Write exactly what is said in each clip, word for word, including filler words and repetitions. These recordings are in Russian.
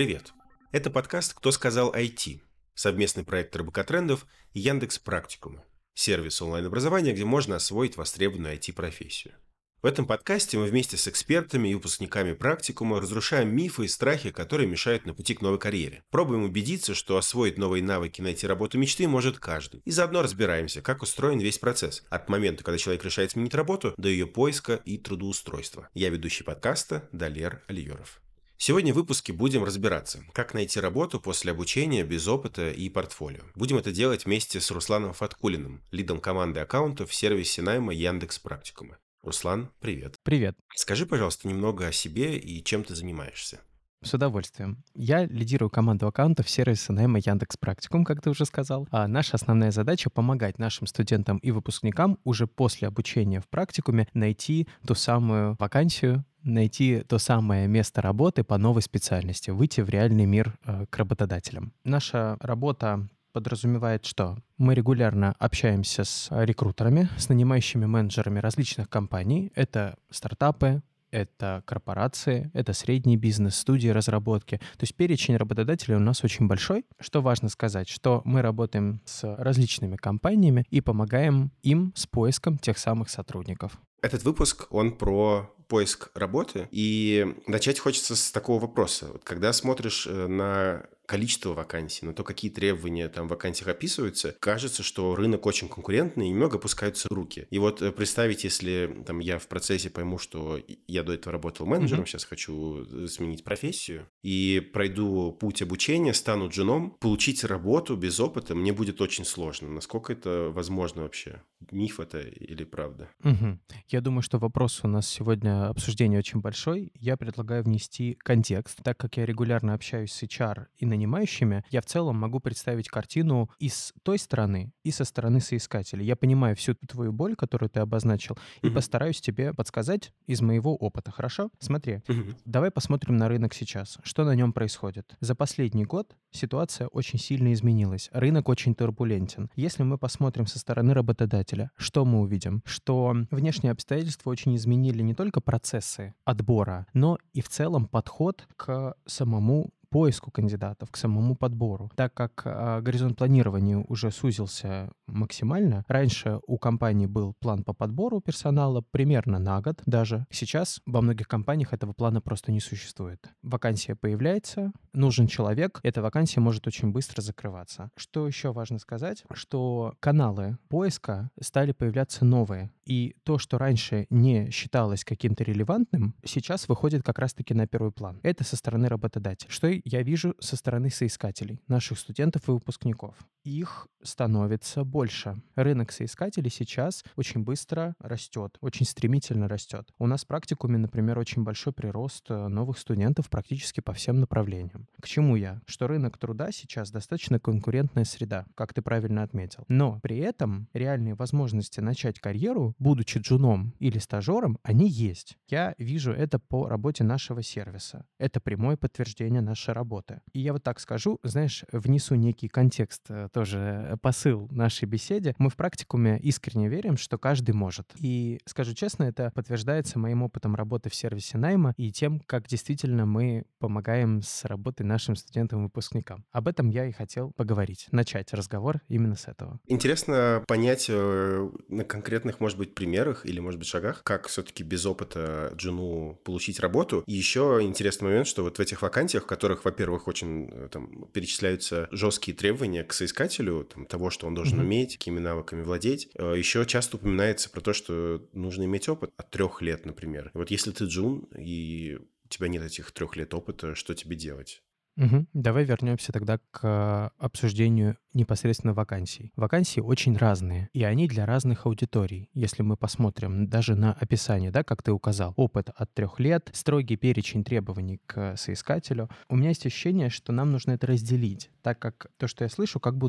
Привет! Это подкаст «Кто сказал ай ти?» Совместный проект РБК-трендов и Яндекс.Практикума. Сервис онлайн-образования, где можно освоить востребованную ай ти-профессию. В этом подкасте мы вместе с экспертами и выпускниками практикума разрушаем мифы и страхи, которые мешают на пути к новой карьере. Пробуем убедиться, что освоить новые навыки и найти работу мечты может каждый. И заодно разбираемся, как устроен весь процесс. От момента, когда человек решает сменить работу, до ее поиска и трудоустройства. Я ведущий подкаста Далер Алиеров. Сегодня в выпуске будем разбираться, как найти работу после обучения без опыта и портфолио. Будем это делать вместе с Русланом Фаткуллиным, лидом команды аккаунтов в сервисе найма Яндекс.Практикума. Руслан, привет. Привет. Скажи, пожалуйста, немного о себе и чем ты занимаешься. С удовольствием. Я лидирую команду аккаунтов сервиса найма Яндекс.Практикум, как ты уже сказал. А наша основная задача — помогать нашим студентам и выпускникам уже после обучения в практикуме найти ту самую вакансию, найти то самое место работы по новой специальности, выйти в реальный мир э, к работодателям. Наша работа подразумевает, что мы регулярно общаемся с рекрутерами, с нанимающими менеджерами различных компаний. Это стартапы, это корпорации, это средний бизнес, студии разработки. То есть перечень работодателей у нас очень большой. Что важно сказать, что мы работаем с различными компаниями и помогаем им с поиском тех самых сотрудников. Этот выпуск, он про поиск работы, и начать хочется с такого вопроса. Вот когда смотришь на количество вакансий, на то, какие требования там в вакансиях описываются, кажется, что рынок очень конкурентный, и немного опускаются руки. И вот представить, если там я в процессе пойму, что я до этого работал менеджером, mm-hmm. сейчас хочу сменить профессию, и пройду путь обучения, стану джуном, получить работу без опыта мне будет очень сложно. Насколько это возможно вообще? Миф это или правда? Mm-hmm. Я думаю, что вопрос у нас сегодня обсуждение очень большой. Я предлагаю внести контекст. Так как я регулярно общаюсь с эйч ар и нанимающими, я в целом могу представить картину и с той стороны, и со стороны соискателей. Я понимаю всю твою боль, которую ты обозначил, и mm-hmm. постараюсь тебе подсказать из моего опыта, хорошо? Смотри, mm-hmm. давай посмотрим на рынок сейчас. Что на нем происходит? За последний год ситуация очень сильно изменилась. Рынок очень турбулентен. Если мы посмотрим со стороны работодателя, что мы увидим? Что внешние обстоятельства очень изменили не только процессы отбора, но и в целом подход к самому поиску кандидатов, к самому подбору. Так как э, горизонт планирования уже сузился максимально, раньше у компании был план по подбору персонала примерно на год даже. Сейчас во многих компаниях этого плана просто не существует. Вакансия появляется, нужен человек, эта вакансия может очень быстро закрываться. Что еще важно сказать, что каналы поиска стали появляться новые. И то, что раньше не считалось каким-то релевантным, сейчас выходит как раз-таки на первый план. Это со стороны работодателя. Что я вижу со стороны соискателей, наших студентов и выпускников. Их становится больше. Рынок соискателей сейчас очень быстро растет, очень стремительно растет. У нас в практикуме, например, очень большой прирост новых студентов практически по всем направлениям. К чему я? Что рынок труда сейчас достаточно конкурентная среда, как ты правильно отметил. Но при этом реальные возможности начать карьеру, будучи джуном или стажером, они есть. Я вижу это по работе нашего сервиса. Это прямое подтверждение нашей работы. И я вот так скажу, знаешь, внесу некий контекст, тоже посыл нашей беседе. Мы в практикуме искренне верим, что каждый может. И, скажу честно, это подтверждается моим опытом работы в сервисе найма и тем, как действительно мы помогаем с работой нашим студентам и выпускникам. Об этом я и хотел поговорить, начать разговор именно с этого. Интересно понять э, на конкретных, может быть, примерах или, может быть, шагах, как все-таки без опыта джуну получить работу. И еще интересный момент, что вот в этих вакансиях, в которых, во-первых, очень там перечисляются жесткие требования к соискателю, там, того, что он должен mm-hmm. уметь, какими навыками владеть, э, еще часто упоминается про то, что нужно иметь опыт от трех лет, например. И вот если ты джун и у тебя нет этих трех лет опыта, что тебе делать? Угу. Давай вернемся тогда к обсуждению непосредственно вакансий. Вакансии очень разные, и они для разных аудиторий. Если мы посмотрим даже на описание, да, как ты указал, опыт от трех лет, строгий перечень требований к соискателю, у меня есть ощущение, что нам нужно это разделить, так как то, что я слышу, как будто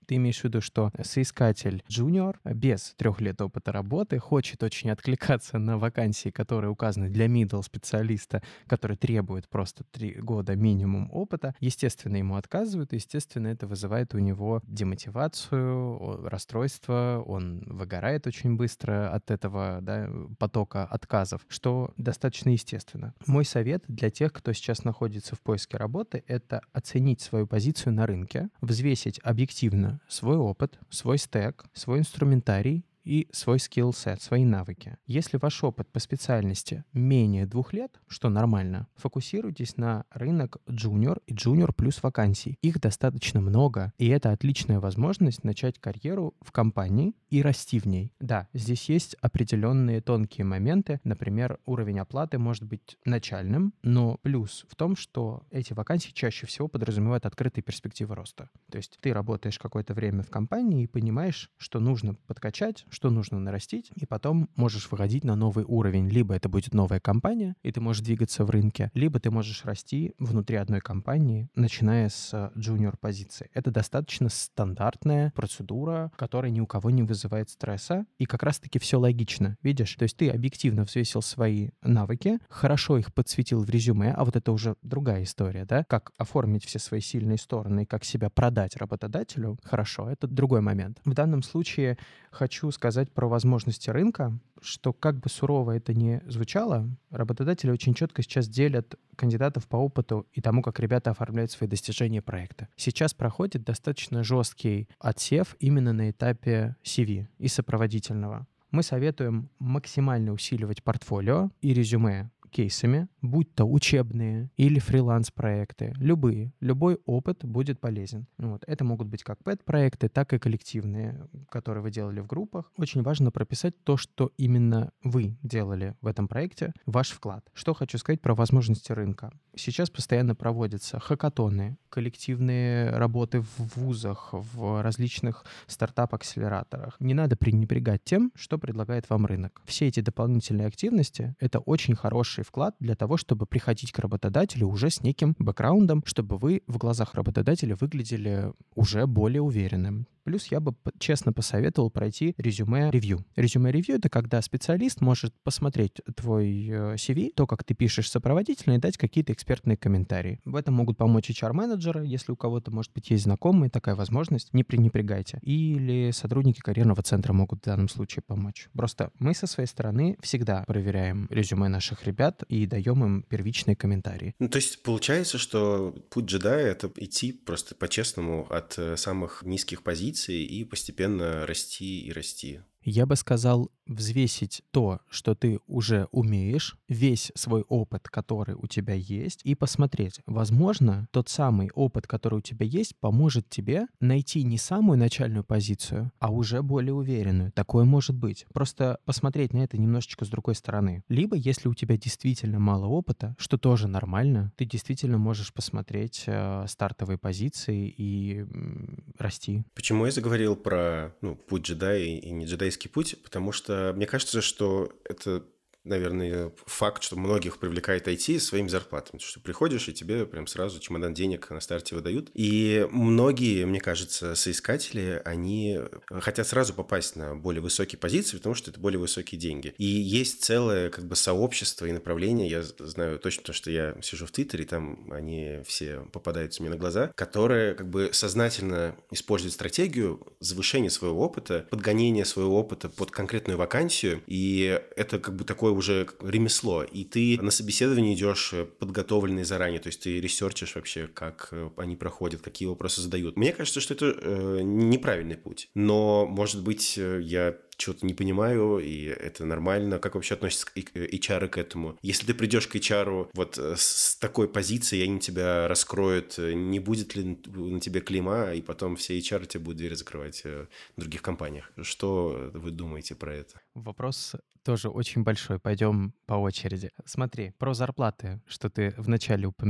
Ты имеешь в виду, что соискатель джуниор без трех лет опыта работы хочет очень откликаться на вакансии, которые указаны для middle специалиста, который требует просто три года минимум опыта. Естественно, ему отказывают, и, естественно, это вызывает у него демотивацию, о- расстройство, он выгорает очень быстро от этого, да, потока отказов, что достаточно естественно. Мой совет для тех, кто сейчас находится в поиске работы, это оценить свою позицию на рынке, взвесить объективно свой опыт, свой стек, свой инструментарий и свой скилл-сет, свои навыки. Если ваш опыт по специальности менее двух лет, что нормально, фокусируйтесь на рынок junior и junior плюс вакансий. Их достаточно много, и это отличная возможность начать карьеру в компании и расти в ней. Да, здесь есть определенные тонкие моменты, например, уровень оплаты может быть начальным, но плюс в том, что эти вакансии чаще всего подразумевают открытые перспективы роста. То есть ты работаешь какое-то время в компании и понимаешь, что нужно подкачать, что нужно нарастить, и потом можешь выходить на новый уровень. Либо это будет новая компания, и ты можешь двигаться в рынке, либо ты можешь расти внутри одной компании, начиная с junior позиции. Это достаточно стандартная процедура, которая ни у кого не вызывает стресса, и как раз-таки все логично, видишь? То есть ты объективно взвесил свои навыки, хорошо их подсветил в резюме, а вот это уже другая история, да? Как оформить все свои сильные стороны и как себя продать работодателю, хорошо, это другой момент. В данном случае хочу сказать про возможности рынка, что как бы сурово это ни звучало, работодатели очень четко сейчас делят кандидатов по опыту и тому, как ребята оформляют свои достижения проекта. Сейчас проходит достаточно жесткий отсев именно на этапе си ви и сопроводительного. Мы советуем максимально усиливать портфолио и резюме кейсами, будь то учебные или фриланс-проекты, любые. Любой опыт будет полезен. Вот. Это могут быть как пэт-проекты, так и коллективные, которые вы делали в группах. Очень важно прописать то, что именно вы делали в этом проекте, ваш вклад. Что хочу сказать про возможности рынка. Сейчас постоянно проводятся хакатоны, коллективные работы в вузах, в различных стартап-акселераторах. Не надо пренебрегать тем, что предлагает вам рынок. Все эти дополнительные активности — это очень хороший вклад для того, чтобы приходить к работодателю уже с неким бэкграундом, чтобы вы в глазах работодателя выглядели уже более уверенным. Плюс я бы п- честно посоветовал пройти резюме-ревью. Резюме-ревью — это когда специалист может посмотреть твой э, си ви, то, как ты пишешь сопроводительно, и дать какие-то экспертные комментарии. В этом могут помочь эйч ар-менеджеры, если у кого-то, может быть, есть знакомые, такая возможность, не пренебрегайте. Или сотрудники карьерного центра могут в данном случае помочь. Просто мы со своей стороны всегда проверяем резюме наших ребят и даем им первичные комментарии. Ну, то есть получается, что путь джедая — это идти просто по-честному от э, самых низких позиций и постепенно расти и расти. Я бы сказал, взвесить то, что ты уже умеешь, весь свой опыт, который у тебя есть, и посмотреть. Возможно, тот самый опыт, который у тебя есть, поможет тебе найти не самую начальную позицию, а уже более уверенную. Такое может быть. Просто посмотреть на это немножечко с другой стороны. Либо, если у тебя действительно мало опыта, что тоже нормально, ты действительно можешь посмотреть э, стартовые позиции и м, расти. Почему я заговорил про ну, путь джедая и не джедайский путь? Потому что мне кажется, что это, наверное, факт, что многих привлекает ай ти своими зарплатами. Что приходишь, и тебе прям сразу чемодан денег на старте выдают. И многие, мне кажется, соискатели, они хотят сразу попасть на более высокие позиции, потому что это более высокие деньги. И есть целое как бы сообщество и направление. Я знаю точно, потому что я сижу в Твиттере, там они все попадаются мне на глаза, которые как бы сознательно используют стратегию завышения своего опыта, подгонения своего опыта под конкретную вакансию. И это как бы такое уже ремесло, и ты на собеседование идешь подготовленный заранее, то есть ты ресерчишь вообще, как они проходят, какие вопросы задают. Мне кажется, что это э, неправильный путь, но, может быть, я чего-то не понимаю, и это нормально. Как вообще относятся эйч ар к этому? Если ты придешь к эйч ар вот с такой позиции, и они тебя раскроют, не будет ли на тебе клейма, и потом все эйч ар тебе будут двери закрывать в других компаниях? Что вы думаете про это? Вопрос тоже очень большой. Пойдем по очереди. Смотри, про зарплаты, что ты вначале упомянул,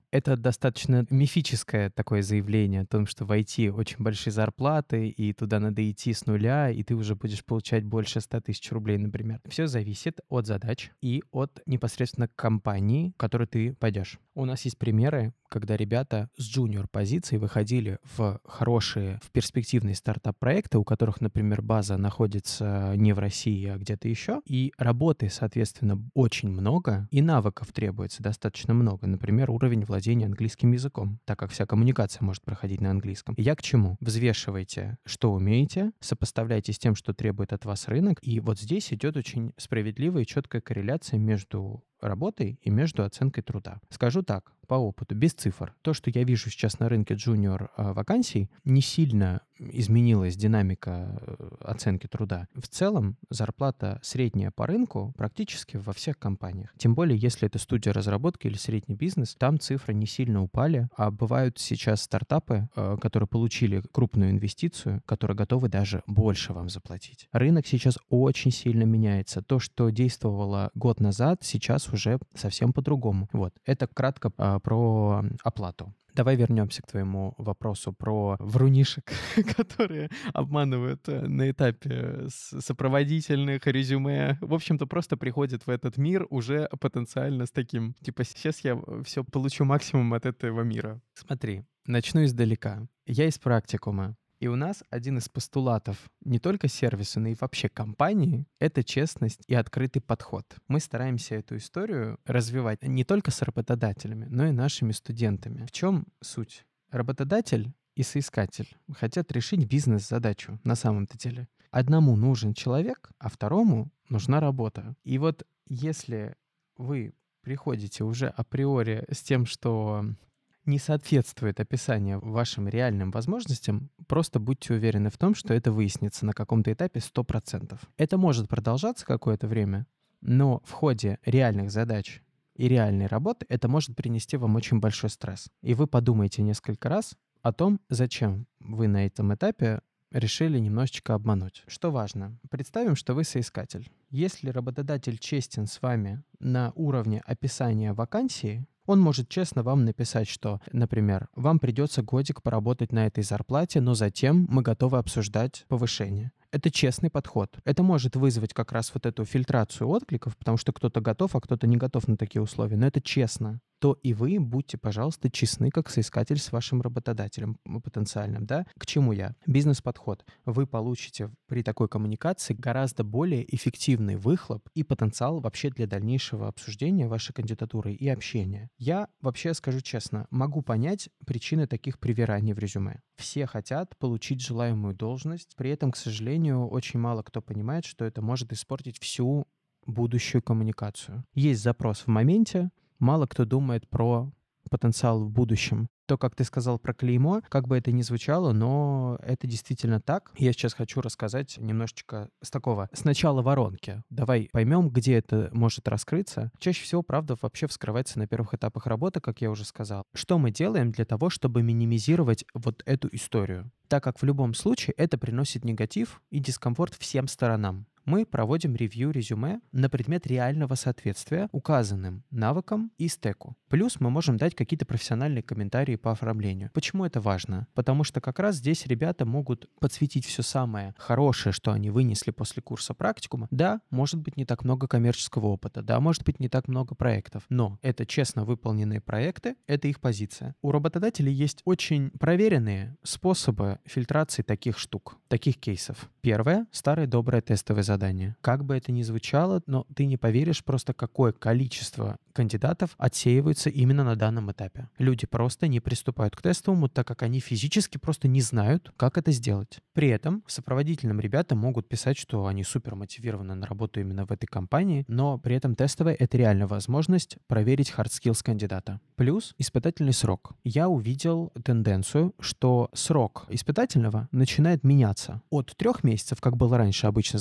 Это достаточно мифическое такое заявление о том, что в ай ти очень большие зарплаты, и туда надо идти с нуля, и ты уже будешь получать больше ста тысяч рублей, например. Все зависит от задач и от непосредственно компании, в которую ты пойдешь. У нас есть примеры, когда ребята с джуниор-позиций выходили в хорошие, в перспективные стартап-проекты, у которых, например, база находится не в России, а где-то еще, и работы, соответственно, очень много, и навыков требуется достаточно много. Например, уровень владения английским языком, так как вся коммуникация может проходить на английском. Я к чему? Взвешивайте, что умеете, сопоставляйте с тем, что требует от вас рынок, и вот здесь идет очень справедливая и четкая корреляция между работой и между оценкой труда. Скажу так, по опыту, без цифр. То, что я вижу сейчас на рынке джуниор э, вакансий, не сильно изменилась динамика э, оценки труда. В целом, зарплата средняя по рынку практически во всех компаниях. Тем более, если это студия разработки или средний бизнес, там цифры не сильно упали, а бывают сейчас стартапы, э, которые получили крупную инвестицию, которые готовы даже больше вам заплатить. Рынок сейчас очень сильно меняется. То, что действовало год назад, сейчас уже совсем по-другому. Вот. Это кратко а, про оплату. Давай вернемся к твоему вопросу про врунишек, которые обманывают э, на этапе с- сопроводительных, резюме. В общем-то, просто приходят в этот мир уже потенциально с таким, типа, сейчас я все получу максимум от этого мира. Смотри, начну издалека. Я из практикума. И у нас один из постулатов не только сервиса, но и вообще компании — это честность и открытый подход. Мы стараемся эту историю развивать не только с работодателями, но и нашими студентами. В чем суть? Работодатель и соискатель хотят решить бизнес-задачу на самом-то деле. Одному нужен человек, а второму нужна работа. И вот если вы приходите уже априори с тем, что не соответствует описание вашим реальным возможностям, просто будьте уверены в том, что это выяснится на каком-то этапе сто процентов. Это может продолжаться какое-то время, но в ходе реальных задач и реальной работы это может принести вам очень большой стресс. И вы подумайте несколько раз о том, зачем вы на этом этапе решили немножечко обмануть. Что важно? Представим, что вы соискатель. Если работодатель честен с вами на уровне описания вакансии, он может честно вам написать, что, например, вам придется годик поработать на этой зарплате, но затем мы готовы обсуждать повышение. Это честный подход. Это может вызвать как раз вот эту фильтрацию откликов, потому что кто-то готов, а кто-то не готов на такие условия. Но это честно. То и вы будьте, пожалуйста, честны как соискатель с вашим работодателем потенциальным. Да? К чему я? Бизнес-подход. Вы получите при такой коммуникации гораздо более эффективный выхлоп и потенциал вообще для дальнейшего обсуждения вашей кандидатуры и общения. Я вообще, скажу честно, могу понять причины таких привираний в резюме. Все хотят получить желаемую должность, при этом, к сожалению, очень мало кто понимает, что это может испортить всю будущую коммуникацию. Есть запрос в моменте, мало кто думает про потенциал в будущем. То, как ты сказал про клеймо, как бы это ни звучало, но это действительно так. Я сейчас хочу рассказать немножечко с такого, с начала воронки. Давай поймем, где это может раскрыться. Чаще всего, правда, вообще вскрывается на первых этапах работы, как я уже сказал. Что мы делаем для того, чтобы минимизировать вот эту историю? Так как в любом случае это приносит негатив и дискомфорт всем сторонам. Мы проводим ревью резюме на предмет реального соответствия указанным навыкам и стеку. Плюс мы можем дать какие-то профессиональные комментарии по оформлению. Почему это важно? Потому что как раз здесь ребята могут подсветить все самое хорошее, что они вынесли после курса практикума. Да, может быть не так много коммерческого опыта, да, может быть не так много проектов, но это честно выполненные проекты, это их позиция. У работодателей есть очень проверенные способы фильтрации таких штук, таких кейсов. Первое — старое доброе тестовое задание. Задание. Как бы это ни звучало, но ты не поверишь просто, какое количество кандидатов отсеиваются именно на данном этапе. Люди просто не приступают к тестовому, так как они физически просто не знают, как это сделать. При этом в сопроводительном ребята могут писать, что они супер мотивированы на работу именно в этой компании, но при этом тестовая — это реально возможность проверить hard skills кандидата. Плюс испытательный срок. Я увидел тенденцию, что срок испытательного начинает меняться. От трех месяцев, как было раньше обычно, знаешь, стажировка,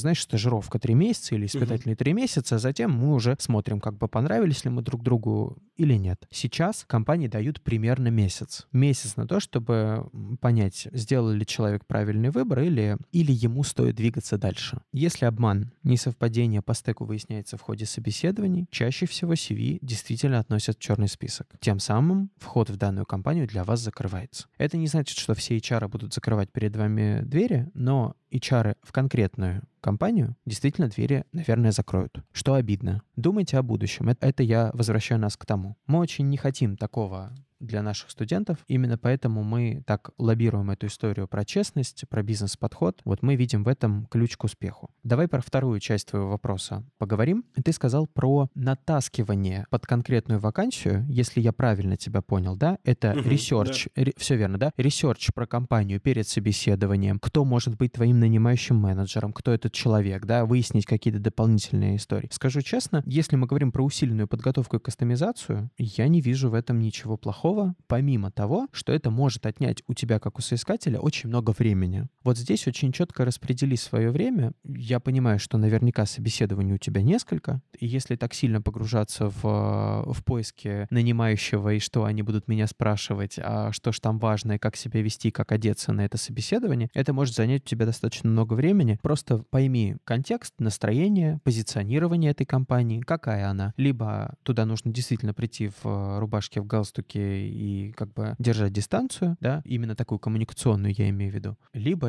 стажировка три месяца или Мгм. испытательные три месяца, а затем мы уже смотрим, как бы понравились ли мы друг другу или нет. Сейчас компании дают примерно месяц. Месяц на то, чтобы м, понять, сделал ли человек правильный выбор или, или ему стоит двигаться дальше. Если обман, несовпадение по стеку выясняется в ходе собеседований, чаще всего си ви действительно относят в черный список. Тем самым вход в данную компанию для вас закрывается. Это не значит, что все эйч ар будут закрывать перед вами двери, но эйч ар в конкретную компанию действительно двери, наверное, закроют. Что обидно. Думайте о будущем. Это, это я возвращаю нас к тому. Мы очень не хотим такого для наших студентов. Именно поэтому мы так лоббируем эту историю про честность, про бизнес-подход. Вот мы видим в этом ключ к успеху. Давай про вторую часть твоего вопроса поговорим. Ты сказал про натаскивание под конкретную вакансию, если я правильно тебя понял, да? Это Мгм, ресерч, ре- все верно, да? Ресерч про компанию перед собеседованием, кто может быть твоим нанимающим менеджером, кто этот человек, да? Выяснить какие-то дополнительные истории. Скажу честно, если мы говорим про усиленную подготовку и кастомизацию, я не вижу в этом ничего плохого, помимо того, что это может отнять у тебя, как у соискателя, очень много времени. Вот здесь очень четко распредели свое время. Я понимаю, что наверняка собеседований у тебя несколько, и если так сильно погружаться в, в поиски нанимающего, и что они будут меня спрашивать, а что ж там важно, и как себя вести, как одеться на это собеседование, это может занять у тебя достаточно много времени. Просто пойми контекст, настроение, позиционирование этой компании, какая она. Либо туда нужно действительно прийти в рубашке, в галстуке и как бы держать дистанцию, да, именно такую коммуникационную я имею в виду. Либо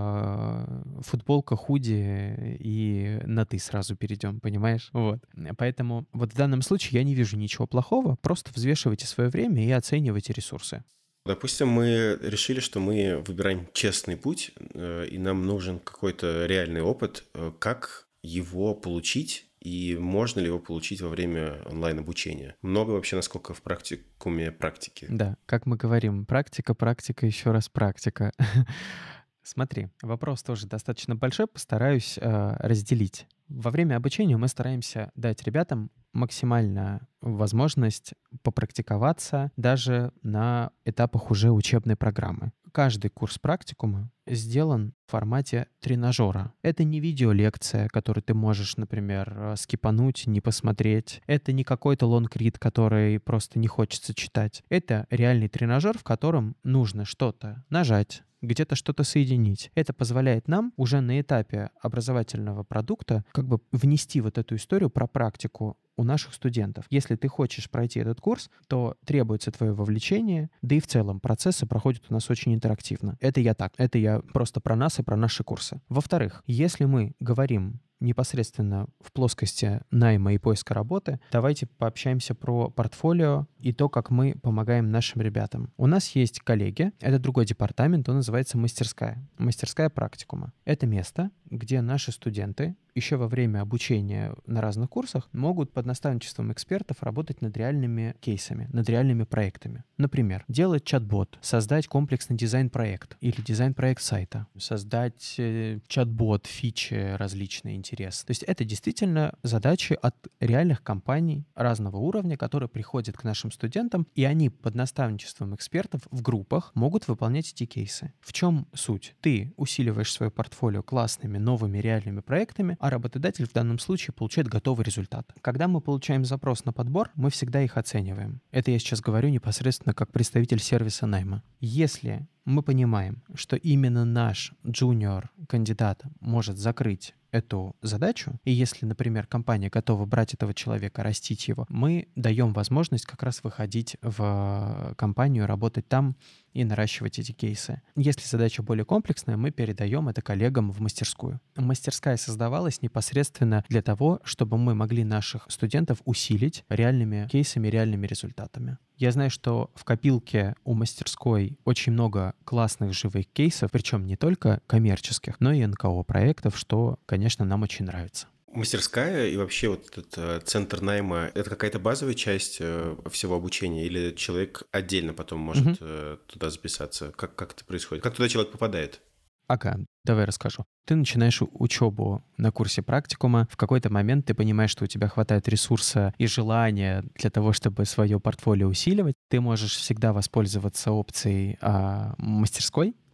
это футболка, худи и на «ты» сразу перейдем, понимаешь? Вот. Поэтому вот в данном случае я не вижу ничего плохого, просто взвешивайте свое время и оценивайте ресурсы. Допустим, мы решили, что мы выбираем честный путь, э, и нам нужен какой-то реальный опыт. Э, Как его получить и можно ли его получить во время онлайн-обучения? Много вообще, насколько в практикуме практики? Да, как мы говорим, практика, практика, еще раз практика. Смотри, вопрос тоже достаточно большой, постараюсь э, разделить. Во время обучения мы стараемся дать ребятам максимально возможность попрактиковаться даже на этапах уже учебной программы. Каждый курс практикума сделан в формате тренажера. Это не видеолекция, которую ты можешь, например, э, скипануть, не посмотреть. Это не какой-то лонгрид, который просто не хочется читать. Это реальный тренажер, в котором нужно что-то нажать, где-то что-то соединить. Это позволяет нам уже на этапе образовательного продукта как бы внести вот эту историю про практику у наших студентов. Если ты хочешь пройти этот курс, то требуется твое вовлечение, да и в целом процессы проходят у нас очень интерактивно. Это я так, это я просто про нас и про наши курсы. Во-вторых, если мы говорим непосредственно в плоскости найма и поиска работы, давайте пообщаемся про портфолио и то, как мы помогаем нашим ребятам. У нас есть коллеги, это другой департамент, он называется мастерская. Мастерская практикума. Это место, где наши студенты еще во время обучения на разных курсах могут под наставничеством экспертов работать над реальными кейсами, над реальными проектами. Например, делать чат-бот, создать комплексный дизайн-проект или дизайн-проект сайта, создать э, чат-бот, фичи различные, интересные. То есть это действительно задачи от реальных компаний разного уровня, которые приходят к нашим студентам, и они под наставничеством экспертов в группах могут выполнять эти кейсы. В чем суть? Ты усиливаешь свое портфолио классными новыми реальными проектами, а работодатель в данном случае получает готовый результат. Когда мы получаем запрос на подбор, мы всегда их оцениваем. Это я сейчас говорю непосредственно как представитель сервиса найма. Если мы понимаем, что именно наш джуниор-кандидат может закрыть эту задачу, и если, например, компания готова брать этого человека, растить его, мы даем возможность как раз выходить в компанию, работать там и наращивать эти кейсы. Если задача более комплексная, мы передаем это коллегам в мастерскую. Мастерская создавалась непосредственно для того, чтобы мы могли наших студентов усилить реальными кейсами, реальными результатами. Я знаю, что в копилке у мастерской очень много классных живых кейсов, причем не только коммерческих, но и эн ка о-проектов, что, конечно, нам очень нравится. Мастерская и вообще вот этот э, центр найма – это какая-то базовая часть э, всего обучения или человек отдельно потом может Мгм. э, туда записаться? Как, как это происходит? Как туда человек попадает? Ага, давай расскажу. Ты начинаешь у- учебу на курсе практикума. В какой-то момент ты понимаешь, что у тебя хватает ресурса и желания для того, чтобы свое портфолио усиливать. Ты можешь всегда воспользоваться опцией а, мастерской.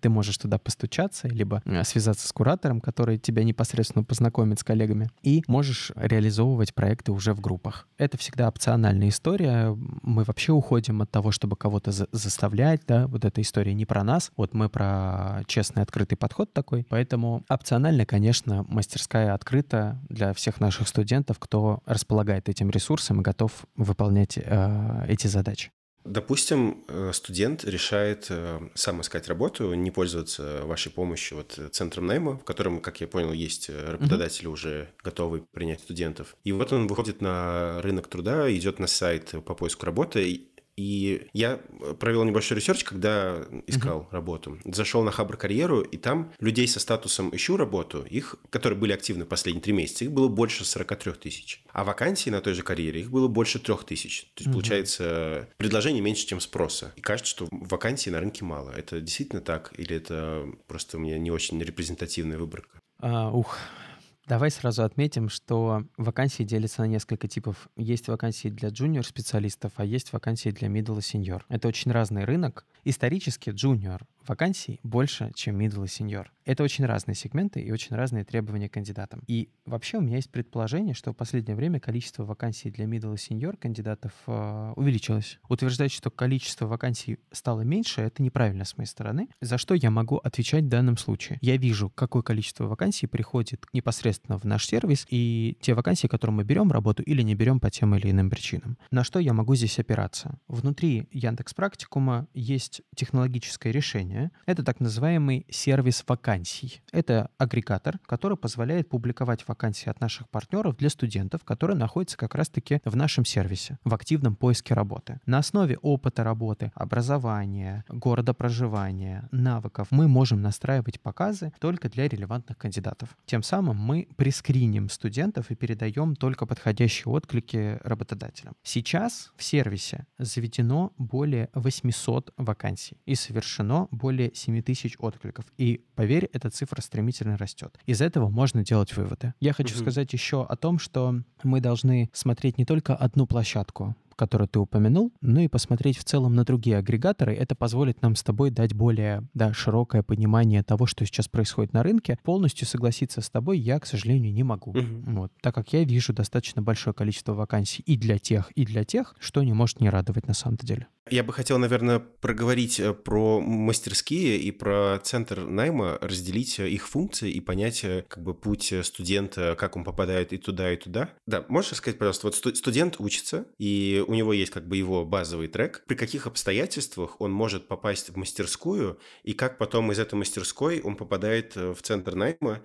ты можешь туда постучаться, либо э, связаться с куратором, который тебя непосредственно познакомит с коллегами, и можешь реализовывать проекты уже в группах. Это всегда опциональная история. Мы вообще уходим от того, чтобы кого-то за- заставлять, да, вот эта история не про нас, вот мы про честный, открытый подход такой, поэтому опционально, конечно, мастерская открыта для всех наших студентов, кто располагает этим ресурсом и готов выполнять э, эти задачи. Допустим, э, студент решает э, сам искать работу, не пользоваться вашей помощью, вот э, центром найма, в котором, как я понял, есть э, Мгм. работодатели уже готовы принять студентов. И вот он выходит на рынок труда, идет на сайт по поиску работы. И и я провел небольшой ресерч, когда Мгм. искал работу. Зашел на Хабр Карьеру, и там людей со статусом «ищу работу», их, которые были активны последние три месяца, их было больше сорок три тысячи. А вакансий на той же карьере их было больше трех тысяч. То есть, Мгм. получается, предложений меньше, чем спроса. И кажется, что вакансий на рынке мало. Это действительно так? Или это просто у меня не очень репрезентативная выборка? А, ух, давай сразу отметим, что вакансии делятся на несколько типов. Есть вакансии для джуниор-специалистов, а есть вакансии для middle и senior. Это очень разный рынок. Исторически джуниор вакансий больше, чем middle и senior. Это очень разные сегменты и очень разные требования к кандидатам. И вообще у меня есть предположение, что в последнее время количество вакансий для middle и senior кандидатов э, увеличилось. Утверждать, что количество вакансий стало меньше, это неправильно с моей стороны. За что я могу отвечать в данном случае? Я вижу, какое количество вакансий приходит непосредственно в наш сервис, и те вакансии, которые мы берем работу или не берем по тем или иным причинам. На что я могу здесь опираться? Внутри Яндекс.Практикума есть технологическое решение. Это так называемый сервис вакансий. Это агрегатор, который позволяет публиковать вакансии от наших партнеров для студентов, которые находятся как раз-таки в нашем сервисе, в активном поиске работы. На основе опыта работы, образования, города проживания, навыков мы можем настраивать показы только для релевантных кандидатов. Тем самым мы прескриним студентов и передаем только подходящие отклики работодателям. Сейчас в сервисе заведено более восемьсот вакансий и совершено более семь тысяч откликов. И, поверь, эта цифра стремительно растет. Из этого можно делать выводы. Я хочу Мгм. сказать еще о том, что мы должны смотреть не только одну площадку, которую ты упомянул, но и посмотреть в целом на другие агрегаторы. Это позволит нам с тобой дать более, да, широкое понимание того, что сейчас происходит на рынке. Полностью согласиться с тобой я, к сожалению, не могу. Мгм. Вот, так как я вижу достаточно большое количество вакансий и для тех, и для тех, что не может не радовать на самом-то деле. Я бы хотел, наверное, проговорить э, про мастерские и про центр найма, разделить э, их функции и понять э, как бы путь э, студента, как он попадает и туда, и туда. Да, можешь сказать, пожалуйста, вот сту- студент учится, и у него есть как бы его базовый трек. При каких обстоятельствах он может попасть в мастерскую, и как потом из этой мастерской он попадает э, в центр найма,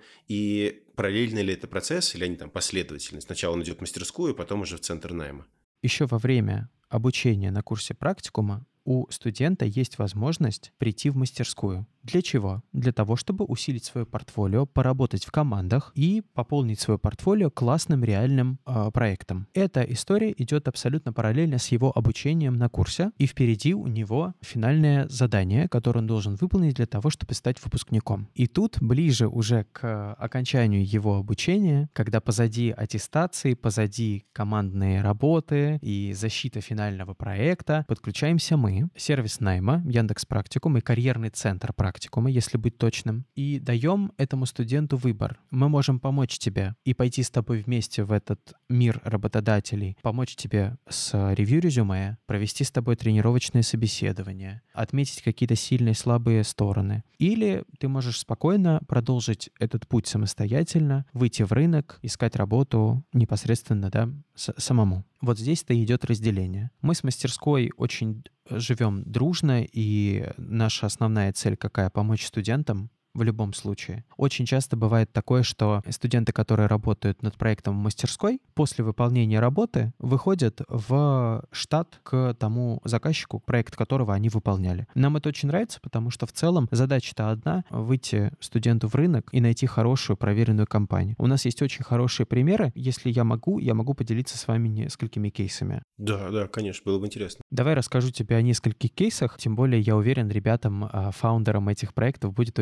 и параллельно ли это процесс, или они там последовательны? Сначала он идет в мастерскую, потом уже в центр найма. Еще во время обучения на курсе практикума у студента есть возможность прийти в мастерскую. Для чего? Для того, чтобы усилить свое портфолио, поработать в командах и пополнить свое портфолио классным реальным э, проектом. Эта история идет абсолютно параллельно с его обучением на курсе, и впереди у него финальное задание, которое он должен выполнить для того, чтобы стать выпускником. И тут, ближе уже к окончанию его обучения, когда позади аттестации, позади командные работы и защита финального проекта, подключаемся мы, сервис найма, Яндекс.Практикум и карьерный центр практикума, если быть точным, и даем этому студенту выбор. Мы можем помочь тебе и пойти с тобой вместе в этот мир работодателей, помочь тебе с ревью резюме, провести с тобой тренировочное собеседование, отметить какие-то сильные, слабые стороны. Или ты можешь спокойно продолжить этот путь самостоятельно, выйти в рынок, искать работу непосредственно, да, с- самому. Вот здесь-то и идет разделение. Мы с мастерской очень живем дружно, и наша основная цель какая? Помочь студентам в любом случае. Очень часто бывает такое, что студенты, которые работают над проектом в мастерской, после выполнения работы выходят в штат к тому заказчику, проект которого они выполняли. Нам это очень нравится, потому что в целом задача-то одна — выйти студенту в рынок и найти хорошую проверенную компанию. У нас есть очень хорошие примеры. Если я могу, я могу поделиться с вами несколькими кейсами. Да, да, конечно, было бы интересно. Давай расскажу тебе о нескольких кейсах, тем более я уверен, ребятам, а, фаундерам этих проектов будет очень приятно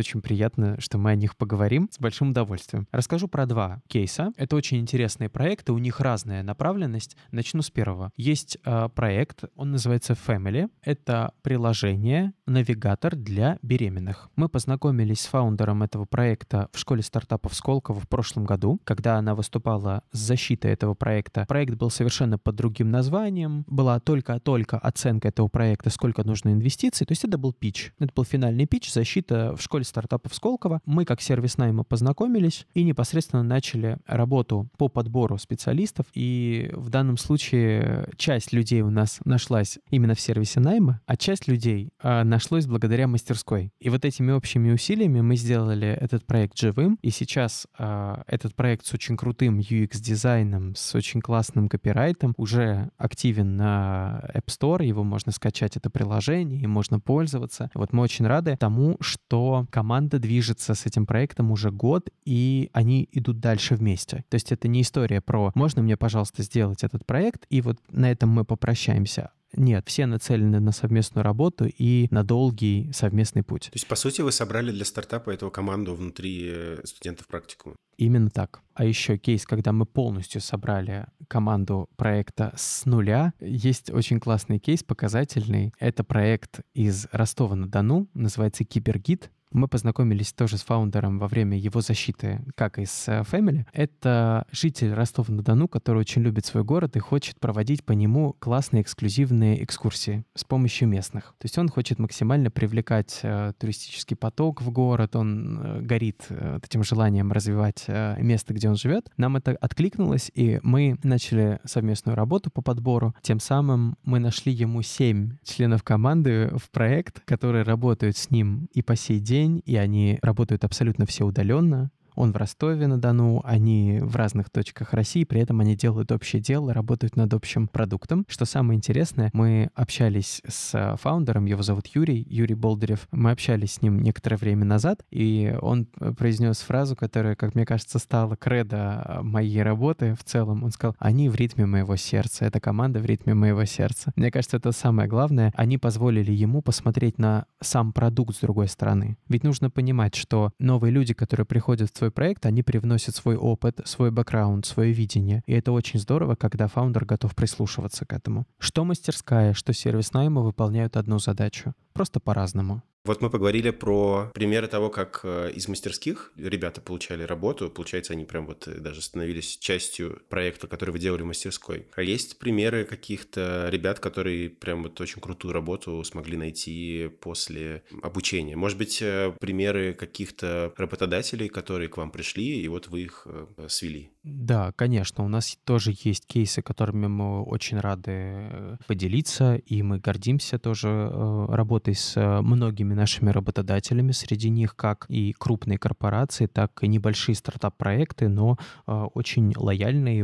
приятно, что мы о них поговорим с большим удовольствием. Расскажу про два кейса. Это очень интересные проекты, у них разная направленность. Начну с первого. Есть э, проект, он называется Family. Это приложение, навигатор для беременных. Мы познакомились с фаундером этого проекта в школе стартапов Сколково в прошлом году, когда она выступала с защитой этого проекта. Проект был совершенно под другим названием. Была только-только оценка этого проекта, сколько нужно инвестиций. То есть это был питч. Это был финальный питч, защита в школе стартапов Сколково. Мы как сервис найма познакомились и непосредственно начали работу по подбору специалистов. И в данном случае часть людей у нас нашлась именно в сервисе найма, а часть людей а, нашлось благодаря мастерской. И вот этими общими усилиями мы сделали этот проект живым. И сейчас а, этот проект с очень крутым ю экс-дизайном, с очень классным копирайтом уже активен на App Store. Его можно скачать, это приложение, им можно пользоваться. Вот мы очень рады тому, что команда движется с этим проектом уже год, и они идут дальше вместе. То есть это не история про «можно мне, пожалуйста, сделать этот проект?» и вот на этом мы попрощаемся. Нет, все нацелены на совместную работу и на долгий совместный путь. То есть, по сути, вы собрали для стартапа эту команду внутри студентов практикума? Именно так. А еще кейс, когда мы полностью собрали команду проекта с нуля. Есть очень классный кейс, показательный. Это проект из Ростова-на-Дону, называется «Кибергид». Мы познакомились тоже с фаундером во время его защиты, как и с Family. Это житель Ростова-на-Дону, который очень любит свой город и хочет проводить по нему классные эксклюзивные экскурсии с помощью местных. То есть он хочет максимально привлекать э, туристический поток в город, он э, горит э, этим желанием развивать э, место, где он живет. Нам это откликнулось, и мы начали совместную работу по подбору. Тем самым мы нашли ему семь членов команды в проект, которые работают с ним и по сей день, и они работают абсолютно все удаленно. Он в Ростове-на-Дону, они в разных точках России, при этом они делают общее дело, работают над общим продуктом. Что самое интересное, мы общались с фаундером, его зовут Юрий, Юрий Болдырев. Мы общались с ним некоторое время назад, и он произнес фразу, которая, как мне кажется, стала кредо моей работы в целом. Он сказал: «Они в ритме моего сердца, эта команда в ритме моего сердца». Мне кажется, это самое главное. Они позволили ему посмотреть на сам продукт с другой стороны. Ведь нужно понимать, что новые люди, которые приходят в твой проект, они привносят свой опыт, свой бэкграунд, свое видение. И это очень здорово, когда фаундер готов прислушиваться к этому. Что мастерская, что сервис найма выполняют одну задачу. Просто по-разному. Вот мы поговорили про примеры того, как из мастерских ребята получали работу. Получается, они прям вот даже становились частью проекта, который вы делали в мастерской. А есть примеры каких-то ребят, которые прям вот очень крутую работу смогли найти после обучения? Может быть, примеры каких-то работодателей, которые к вам пришли, и вот вы их свели? Да, конечно, у нас тоже есть кейсы, которыми мы очень рады поделиться, и мы гордимся тоже работой с многими нашими работодателями. Среди них как и крупные корпорации, так и небольшие стартап-проекты, но очень лояльные и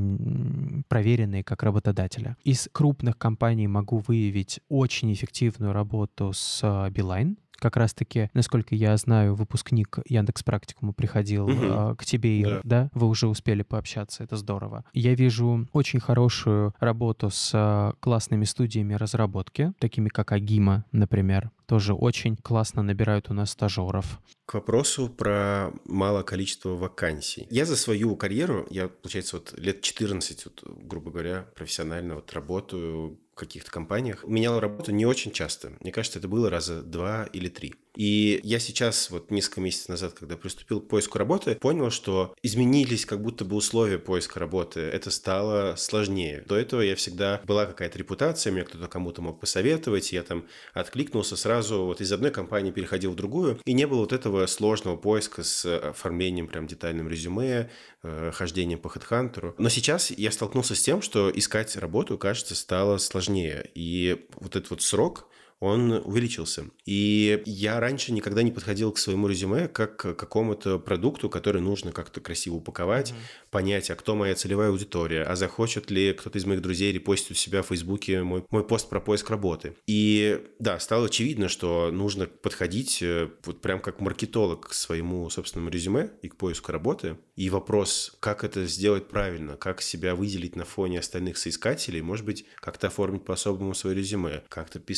очень проверенные как работодатели. Из крупных компаний могу выявить очень эффективную работу с Билайн. Как раз-таки, насколько я знаю, выпускник Яндекс.Практикума приходил угу. э, к тебе, Ир, да. да? Вы уже успели пообщаться, это здорово. Я вижу очень хорошую работу с э, классными студиями разработки, такими как Агима, например. Тоже очень классно набирают у нас стажеров. К вопросу про малое количество вакансий. Я за свою карьеру, я, получается, вот лет четырнадцать, вот, грубо говоря, профессионально вот работаю в каких-то компаниях. Менял работу не очень часто. Мне кажется, это было раза два или три. И я сейчас, вот несколько месяцев назад, когда приступил к поиску работы, понял, что изменились как будто бы условия поиска работы. Это стало сложнее. До этого я всегда была какая-то репутация, мне кто-то кому-то мог посоветовать, я там откликнулся сразу, вот из одной компании переходил в другую, и не было вот этого сложного поиска с оформлением прям детальным резюме, хождением по HeadHunter. Но сейчас я столкнулся с тем, что искать работу, кажется, стало сложнее. И вот этот вот срок, он увеличился. И я раньше никогда не подходил к своему резюме как к какому-то продукту, который нужно как-то красиво упаковать, mm-hmm. понять, а кто моя целевая аудитория, а захочет ли кто-то из моих друзей репостить у себя в Фейсбуке мой, мой пост про поиск работы. И да, стало очевидно, что нужно подходить вот прям как маркетолог к своему собственному резюме и к поиску работы. И вопрос, как это сделать правильно, как себя выделить на фоне остальных соискателей, может быть, как-то оформить по-особому свое резюме, как-то писать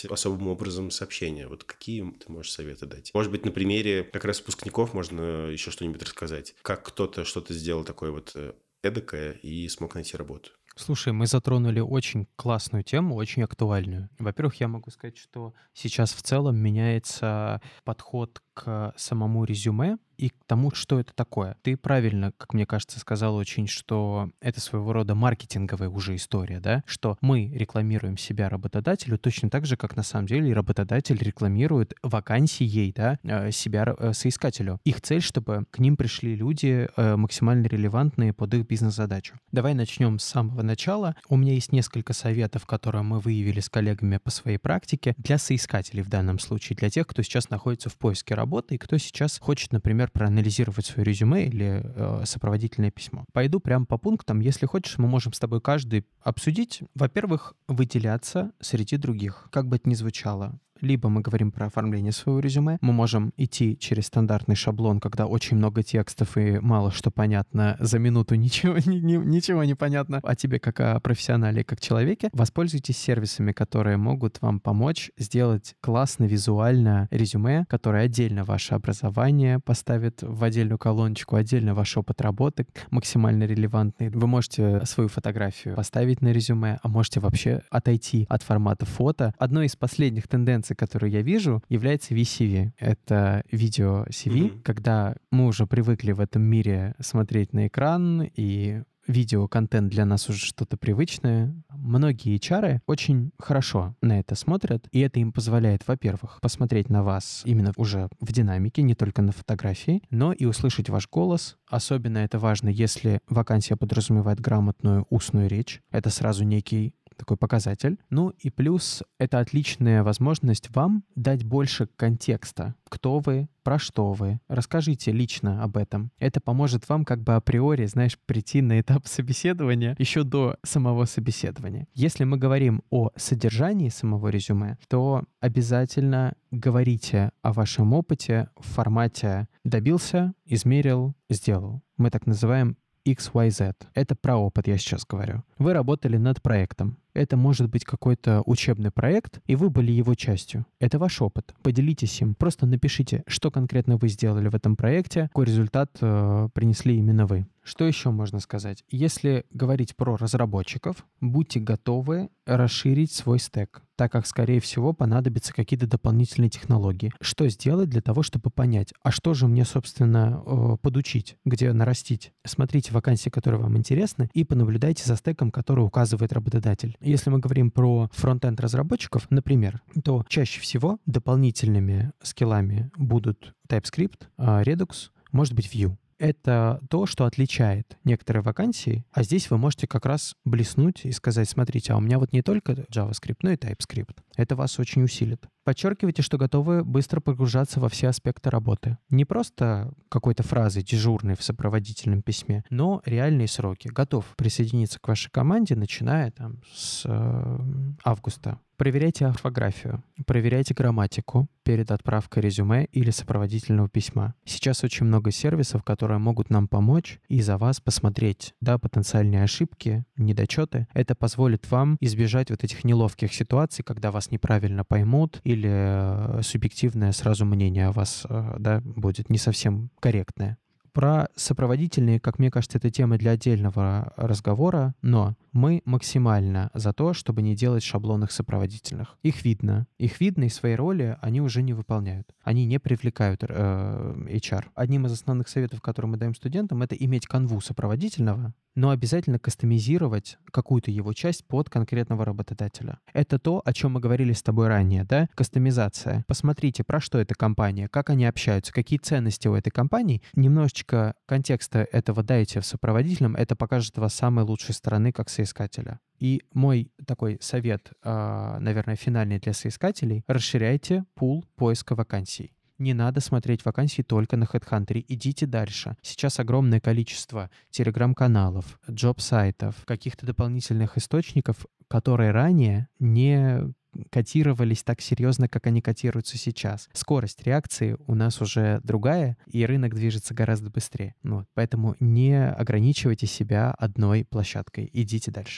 подавать особым образом сообщения. Вот какие ты можешь советы дать? Может быть, на примере как раз выпускников можно еще что-нибудь рассказать. Как кто-то что-то сделал такое вот э, эдакое и смог найти работу. Слушай, мы затронули очень классную тему, очень актуальную. Во-первых, я могу сказать, что сейчас в целом меняется подход к самому резюме и к тому, что это такое. Ты правильно, как мне кажется, сказал очень, что это своего рода маркетинговая уже история, да, что мы рекламируем себя работодателю точно так же, как на самом деле и работодатель рекламирует вакансией, да, э, себя э, соискателю. Их цель, чтобы к ним пришли люди э, максимально релевантные под их бизнес-задачу. Давай начнем с самого начала. У меня есть несколько советов, которые мы выявили с коллегами по своей практике для соискателей в данном случае, для тех, кто сейчас находится в поиске работы и кто сейчас хочет, например, проанализировать свое резюме или э, сопроводительное письмо. Пойду прямо по пунктам. Если хочешь, мы можем с тобой каждый обсудить. Во-первых, выделяться среди других. Как бы это ни звучало. Либо мы говорим про оформление своего резюме, мы можем идти через стандартный шаблон, когда очень много текстов и мало что понятно, за минуту ничего, ни- ни- ничего не понятно о тебе как о профессионале, как человеке. Воспользуйтесь сервисами, которые могут вам помочь сделать классно визуально резюме, которое отдельно ваше образование поставит в отдельную колоночку, отдельно ваш опыт работы максимально релевантный. Вы можете свою фотографию поставить на резюме, а можете вообще отойти от формата фото. Одной из последних тенденций, которую я вижу, является ви си ви. Это видео си ви, Мгм. когда мы уже привыкли в этом мире смотреть на экран, и видеоконтент для нас уже что-то привычное. Многие эйч ар очень хорошо на это смотрят, и это им позволяет, во-первых, посмотреть на вас именно уже в динамике, не только на фотографии, но и услышать ваш голос. Особенно это важно, если вакансия подразумевает грамотную устную речь. Это сразу некий такой показатель. Ну и плюс это отличная возможность вам дать больше контекста. Кто вы, про что вы. Расскажите лично об этом. Это поможет вам как бы априори, знаешь, прийти на этап собеседования еще до самого собеседования. Если мы говорим о содержании самого резюме, то обязательно говорите о вашем опыте в формате «добился, измерил, сделал». Мы так называем икс уай зет. Это про опыт я сейчас говорю. Вы работали над проектом. Это может быть какой-то учебный проект, и вы были его частью. Это ваш опыт. Поделитесь им. Просто напишите, что конкретно вы сделали в этом проекте, какой результат э, принесли именно вы. Что еще можно сказать? Если говорить про разработчиков, будьте готовы расширить свой стек, так как, скорее всего, понадобятся какие-то дополнительные технологии. Что сделать для того, чтобы понять, а что же мне, собственно, э, подучить, где нарастить? Смотрите вакансии, которые вам интересны, и понаблюдайте за стеком, который указывает работодатель. Если мы говорим про фронт-энд разработчиков, например, то чаще всего дополнительными скиллами будут TypeScript, а, Redux, может быть, Vue. Это то, что отличает некоторые вакансии, а здесь вы можете как раз блеснуть и сказать: смотрите, а у меня вот не только JavaScript, но и TypeScript. Это вас очень усилит. Подчеркивайте, что готовы быстро погружаться во все аспекты работы. Не просто какой-то фразой дежурной в сопроводительном письме, но реальные сроки. Готов присоединиться к вашей команде, начиная там с э, августа. Проверяйте орфографию, проверяйте грамматику перед отправкой резюме или сопроводительного письма. Сейчас очень много сервисов, которые могут нам помочь и за вас посмотреть, да, потенциальные ошибки, недочеты. Это позволит вам избежать вот этих неловких ситуаций, когда вас неправильно поймут или э, субъективное сразу мнение о вас, э, да, будет не совсем корректное. Про сопроводительные, как мне кажется, это тема для отдельного разговора, но мы максимально за то, чтобы не делать шаблонных сопроводительных. Их видно. Их видно, и свои роли они уже не выполняют. Они не привлекают э, эйч ар. Одним из основных советов, которые мы даем студентам, это иметь канву сопроводительного, но обязательно кастомизировать какую-то его часть под конкретного работодателя. Это то, о чем мы говорили с тобой ранее, да? Кастомизация. Посмотрите, про что эта компания, как они общаются, какие ценности у этой компании. Немножечко контекста этого дайте в сопроводительном, это покажет вас с самой лучшей стороны как соискателя. И мой такой совет, наверное, финальный для соискателей: расширяйте пул поиска вакансий. Не надо смотреть вакансии только на HeadHunter. Идите дальше. Сейчас огромное количество телеграм-каналов, джоб-сайтов, каких-то дополнительных источников, которые ранее не котировались так серьезно, как они котируются сейчас. Скорость реакции у нас уже другая, и рынок движется гораздо быстрее. Вот. Поэтому не ограничивайте себя одной площадкой. Идите дальше.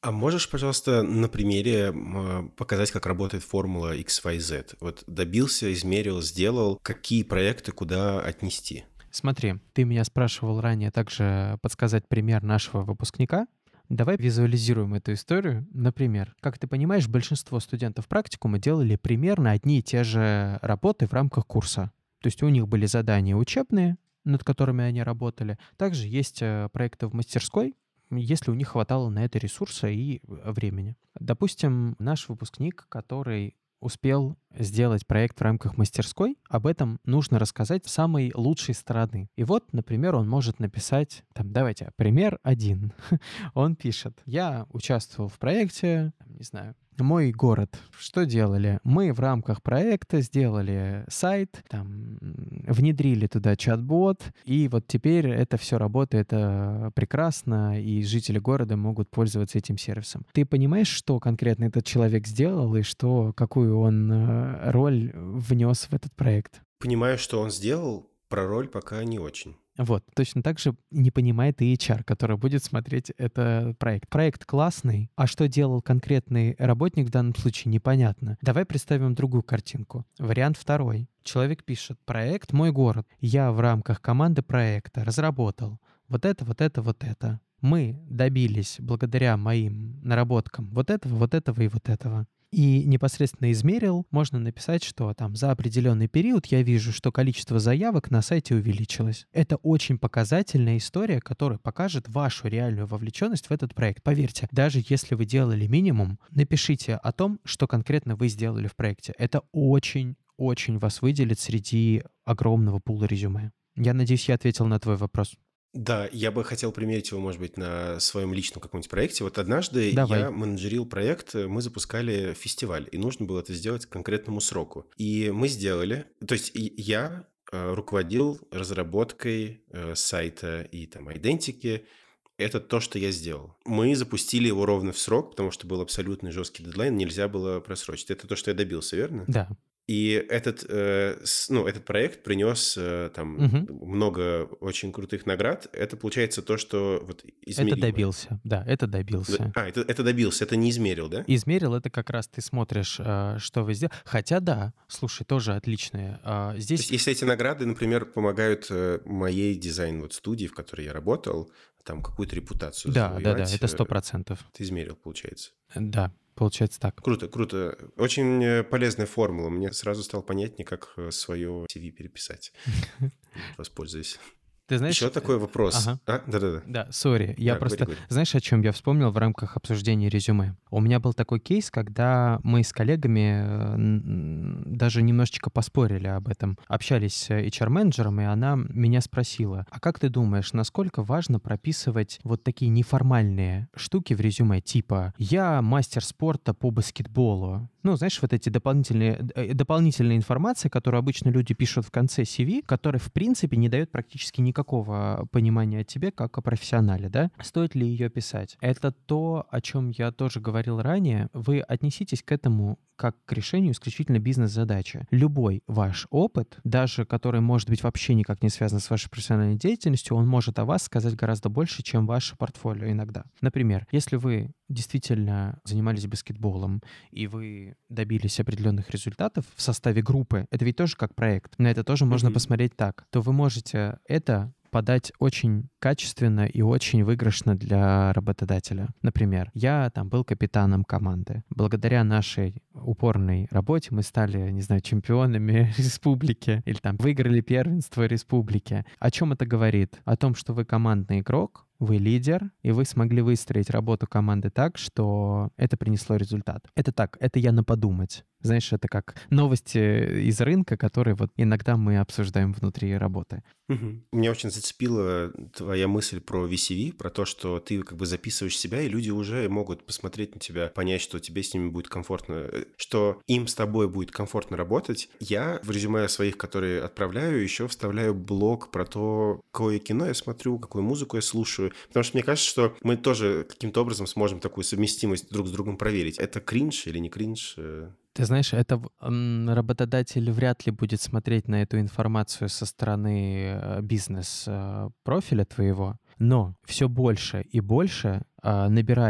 А можешь, пожалуйста, на примере м, показать, как работает формула икс вай зет? Вот добился, измерил, сделал, какие проекты куда отнести? Смотри, ты меня спрашивал ранее также подсказать пример нашего выпускника. Давай визуализируем эту историю. Например, как ты понимаешь, большинство студентов практикума делали примерно одни и те же работы в рамках курса. То есть у них были задания учебные, над которыми они работали. Также есть э, проекты в мастерской, если у них хватало на это ресурса и э, времени. Допустим, наш выпускник, который успел сделать проект в рамках мастерской, об этом нужно рассказать с самой лучшей стороны. И вот, например, он может написать, там, давайте, пример один. Он пишет: я участвовал в проекте, там, не знаю, мой город. Что делали? Мы в рамках проекта сделали сайт, там, м, внедрили туда чат-бот, и вот теперь это все работает э, прекрасно, и жители города могут пользоваться этим сервисом. Ты понимаешь, что конкретно этот человек сделал и что, какую он э, роль внес в этот проект? Понимаю, что он сделал, про роль пока не очень. Вот, точно так же не понимает и эйч ар, который будет смотреть этот проект. Проект классный, а что делал конкретный работник в данном случае, непонятно. Давай представим другую картинку. Вариант второй. Человек пишет: проект «Мой город». Я в рамках команды проекта разработал вот это, вот это, вот это. Мы добились благодаря моим наработкам вот этого, вот этого и вот этого. И непосредственно измерил, можно написать, что там за определенный период я вижу, что количество заявок на сайте увеличилось. Это очень показательная история, которая покажет вашу реальную вовлеченность в этот проект. Поверьте, даже если вы делали минимум, напишите о том, что конкретно вы сделали в проекте. Это очень-очень вас выделит среди огромного пула резюме. Я надеюсь, я ответил на твой вопрос. Да, я бы хотел примерить его, может быть, на своем личном каком-нибудь проекте. Вот однажды Давай. я менеджерил проект, мы запускали фестиваль, и нужно было это сделать к конкретному сроку. И мы сделали, то есть и я э, руководил разработкой э, сайта и там идентики. Это то, что я сделал. Мы запустили его ровно в срок, потому что был абсолютно жесткий дедлайн, нельзя было просрочить. Это то, что я добился, верно? Да. И этот, э, с- ну, этот проект принес э, там Мгм. много очень крутых наград. Это получается то, что вот Это измеримо. добился. Да, это Да- добился. А, это, это добился, это не измерил, да? Измерил — это как раз ты смотришь, э, что вы сделали. Хотя да, слушай, тоже отличные. А, То есть Здесь если эти награды, например, помогают э, моей дизайн вот студии, в которой я работал, там какую-то репутацию да, да, да, завоевать, это сто э, процентов. ты измерил, получается. Да, получается так. Круто, круто. Очень э, полезная формула. Мне сразу стало понятнее, как э, свое си ви переписать. Воспользуюсь. Ты знаешь... Еще э, такой вопрос. Ага. А, да-да-да. Да, сори. Я Да, говори, просто... говори. Знаешь, о чем я вспомнил в рамках обсуждения резюме? У меня был такой кейс, когда мы с коллегами э, н- даже немножечко поспорили об этом. Общались с эйч ар-менеджером, и она меня спросила: а как ты думаешь, насколько важно прописывать вот такие неформальные штуки в резюме, типа «я мастер спорта по баскетболу»? Ну, знаешь, вот эти дополнительные, э, дополнительные информации, которую обычно люди пишут в конце си ви, которые, в принципе, не дают практически никакого понимания о тебе как о профессионале, да? Стоит ли ее писать? Это то, о чем я тоже говорил ранее. Вы отнеситесь к этому как к решению исключительно бизнес-задачи. Любой ваш опыт, даже который, может быть, вообще никак не связан с вашей профессиональной деятельностью, он может о вас сказать гораздо больше, чем ваше портфолио иногда. Например, если вы действительно занимались баскетболом, и вы добились определенных результатов в составе группы, это ведь тоже как проект, на это тоже можно Мгм. посмотреть так, то вы можете это подать очень качественно и очень выигрышно для работодателя. Например, я там был капитаном команды. Благодаря нашей упорной работе мы стали, не знаю, чемпионами республики или там выиграли первенство республики. О чем это говорит? О том, что вы командный игрок, вы лидер, и вы смогли выстроить работу команды так, что это принесло результат. Это так, это я на подумать. Знаешь, это как новости из рынка, которые вот иногда мы обсуждаем внутри работы. Мгм. Меня очень зацепила твоя мысль про ви си ви, про то, что ты как бы записываешь себя, и люди уже могут посмотреть на тебя, понять, что тебе с ними будет комфортно, э, что им с тобой будет комфортно работать. Я в резюме своих, которые отправляю, еще вставляю блог про то, какое кино я смотрю, какую музыку я слушаю, потому что мне кажется, что мы тоже каким-то образом сможем такую совместимость друг с другом проверить. Это кринж или не кринж? э, Ты знаешь, это в- м, работодатель вряд ли будет смотреть на эту информацию со стороны э, бизнес-профиля твоего, но все больше и больше а, набирает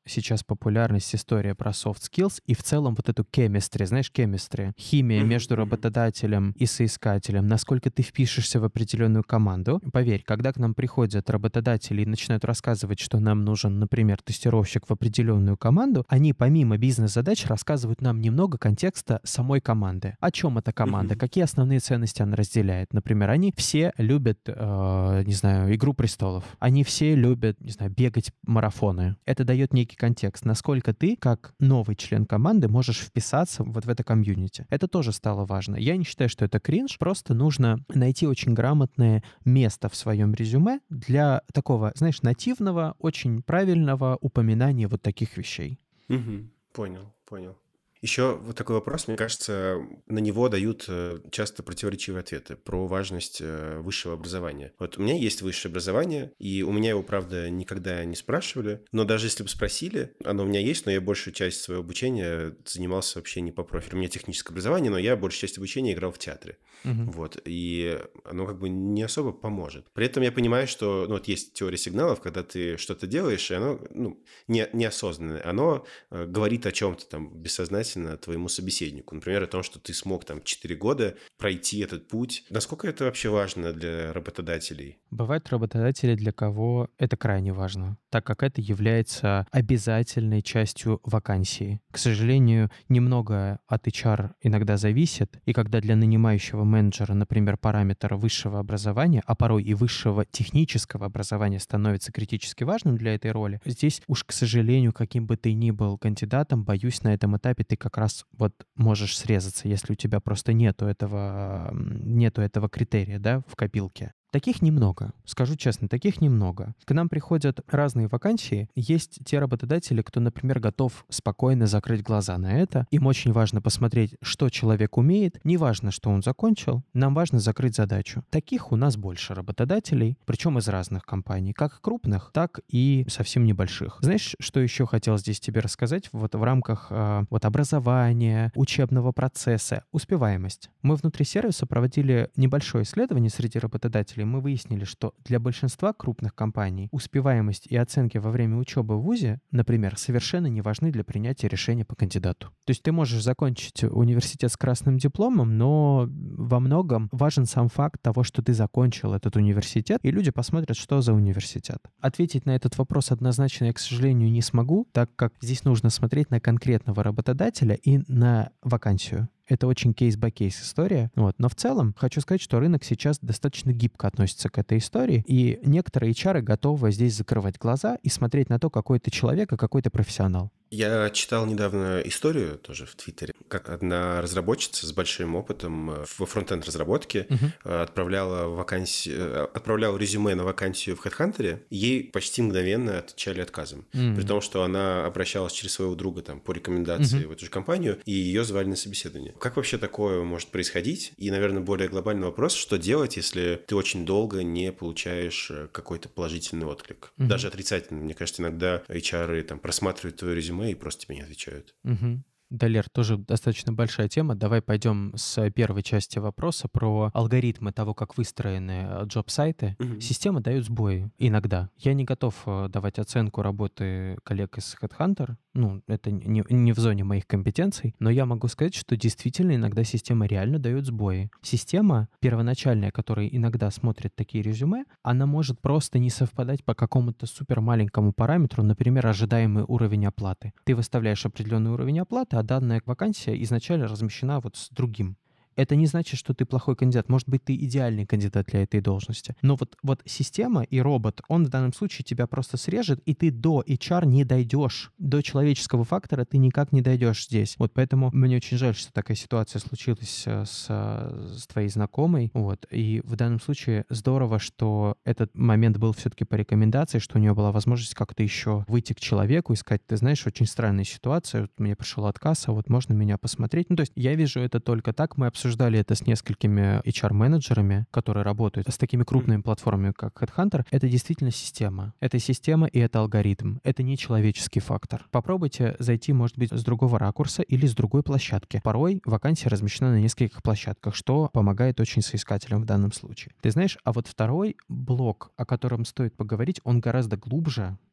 сейчас популярность история про soft skills и в целом вот эту chemistry, знаешь, chemistry, химия Мгм, между мгм. работодателем и соискателем, насколько ты впишешься в определенную команду. Поверь, когда к нам приходят работодатели и начинают рассказывать, что нам нужен, например, тестировщик в определенную команду, они помимо бизнес-задач рассказывают нам немного контекста самой команды. О чем эта команда, Мгм. какие основные ценности она разделяет. Например, они все любят, э, не знаю, «Игру престолов». Они все любят, не знаю, бегать марафоны. Это дает некий контекст, насколько ты, как новый член команды, можешь вписаться вот в это комьюнити. Это тоже стало важно. Я не считаю, что это кринж, просто нужно найти очень грамотное место в своем резюме для такого, знаешь, нативного, очень правильного упоминания вот таких вещей. Мгм. Понял, понял. Еще вот такой вопрос, мне кажется, на него дают э, часто противоречивые ответы про важность э, высшего образования. Вот у меня есть высшее образование, и у меня его, правда, никогда не спрашивали, но даже если бы спросили, оно у меня есть, но я большую часть своего обучения занимался вообще не по профилю. У меня техническое образование, но я большую часть обучения играл в театре. Мгм. Вот, и оно как бы не особо поможет. При этом я понимаю, что ну, вот есть теория сигналов, когда ты что-то делаешь, и оно ну, не, неосознанное, оно э, говорит о чем-то там бессознательно твоему собеседнику. Например, о том, что ты смог там четыре года пройти этот путь. Насколько это вообще важно для работодателей? Бывают работодатели, для кого это крайне важно, так как это является обязательной частью вакансии. К сожалению, немного от эйч ар иногда зависит, и когда для нанимающего менеджера, например, параметр высшего образования, а порой и высшего технического образования становится критически важным для этой роли, здесь уж, к сожалению, каким бы ты ни был кандидатом, боюсь, на этом этапе ты как раз вот можешь срезаться, если у тебя просто нету этого, м, нету этого критерия, да, в копилке. Таких немного. Скажу честно, таких немного. К нам приходят разные вакансии. Есть те работодатели, кто, например, готов спокойно закрыть глаза на это. Им очень важно посмотреть, что человек умеет. Не важно, что он закончил. Нам важно закрыть задачу. Таких у нас больше работодателей, причем из разных компаний, как крупных, так и совсем небольших. Знаешь, что еще хотел здесь тебе рассказать? Вот в рамках э, вот образования, учебного процесса, успеваемость. Мы внутри сервиса проводили небольшое исследование среди работодателей. Мы выяснили, что для большинства крупных компаний успеваемость и оценки во время учебы в вузе, например, совершенно не важны для принятия решения по кандидату. То есть ты можешь закончить университет с красным дипломом, но во многом важен сам факт того, что ты закончил этот университет, и люди посмотрят, что за университет. Ответить на этот вопрос однозначно я, к сожалению, не смогу, так как здесь нужно смотреть на конкретного работодателя и на вакансию. Это очень кейс-бай-кейс история. Вот. Но в целом хочу сказать, что рынок сейчас достаточно гибко относится к этой истории, и некоторые эйч ар готовы здесь закрывать глаза и смотреть на то, какой ты человек и какой ты профессионал. Я читал недавно историю тоже в Твиттере, как одна разработчица с большим опытом э, во фронтенд разработке Мгм. э, отправляла вакансию, э, отправляла резюме на вакансию в HeadHunter, ей почти мгновенно отвечали отказом. М. При том, что она обращалась через своего друга там, по рекомендации Мгм. в эту же компанию, и ее звали на собеседование. Как вообще такое может происходить? И, наверное, более глобальный вопрос, что делать, если ты очень долго не получаешь э, какой-то положительный отклик? Мгм. Даже отрицательный. Мне кажется, иногда эйч ар там просматривают твое резюме и просто тебе не отвечают. Мгм. Да, Лер, тоже достаточно большая тема. Давай пойдем с первой части вопроса про алгоритмы того, как выстроены э, джоб-сайты. Мгм. Система дает сбои иногда. Я не готов э, давать оценку работы коллег из HeadHunter. Ну, это не, не в зоне моих компетенций, но я могу сказать, что действительно иногда система реально дает сбои. Система первоначальная, которая иногда смотрит такие резюме, она может просто не совпадать по какому-то супер маленькому параметру, например, ожидаемый уровень оплаты. Ты выставляешь определенный уровень оплаты, а данная вакансия изначально размещена вот с другим. Это не значит, что ты плохой кандидат. Может быть, ты идеальный кандидат для этой должности. Но вот, вот система и робот, он в данном случае тебя просто срежет, и ты до эйч ар не дойдешь. До человеческого фактора ты никак не дойдешь здесь. Вот поэтому мне очень жаль, что такая ситуация случилась э, с, э, с твоей знакомой. Вот. И в данном случае здорово, что этот момент был все-таки по рекомендации, что у нее была возможность как-то еще выйти к человеку и сказать, ты знаешь, очень странная ситуация, вот мне пришел отказ, а вот можно меня посмотреть? Ну, то есть я вижу это только так. Мы обсуждали это с несколькими эйч ар-менеджерами, которые работают с такими крупными платформами, как HeadHunter. Это действительно система. Это система и это алгоритм. Это не человеческий фактор. Попробуйте зайти, может быть, с другого ракурса или с другой площадки. Порой вакансия размещена на нескольких площадках, что помогает очень соискателям в данном случае. Ты знаешь, а вот второй блок, о котором стоит поговорить, он гораздо глубже,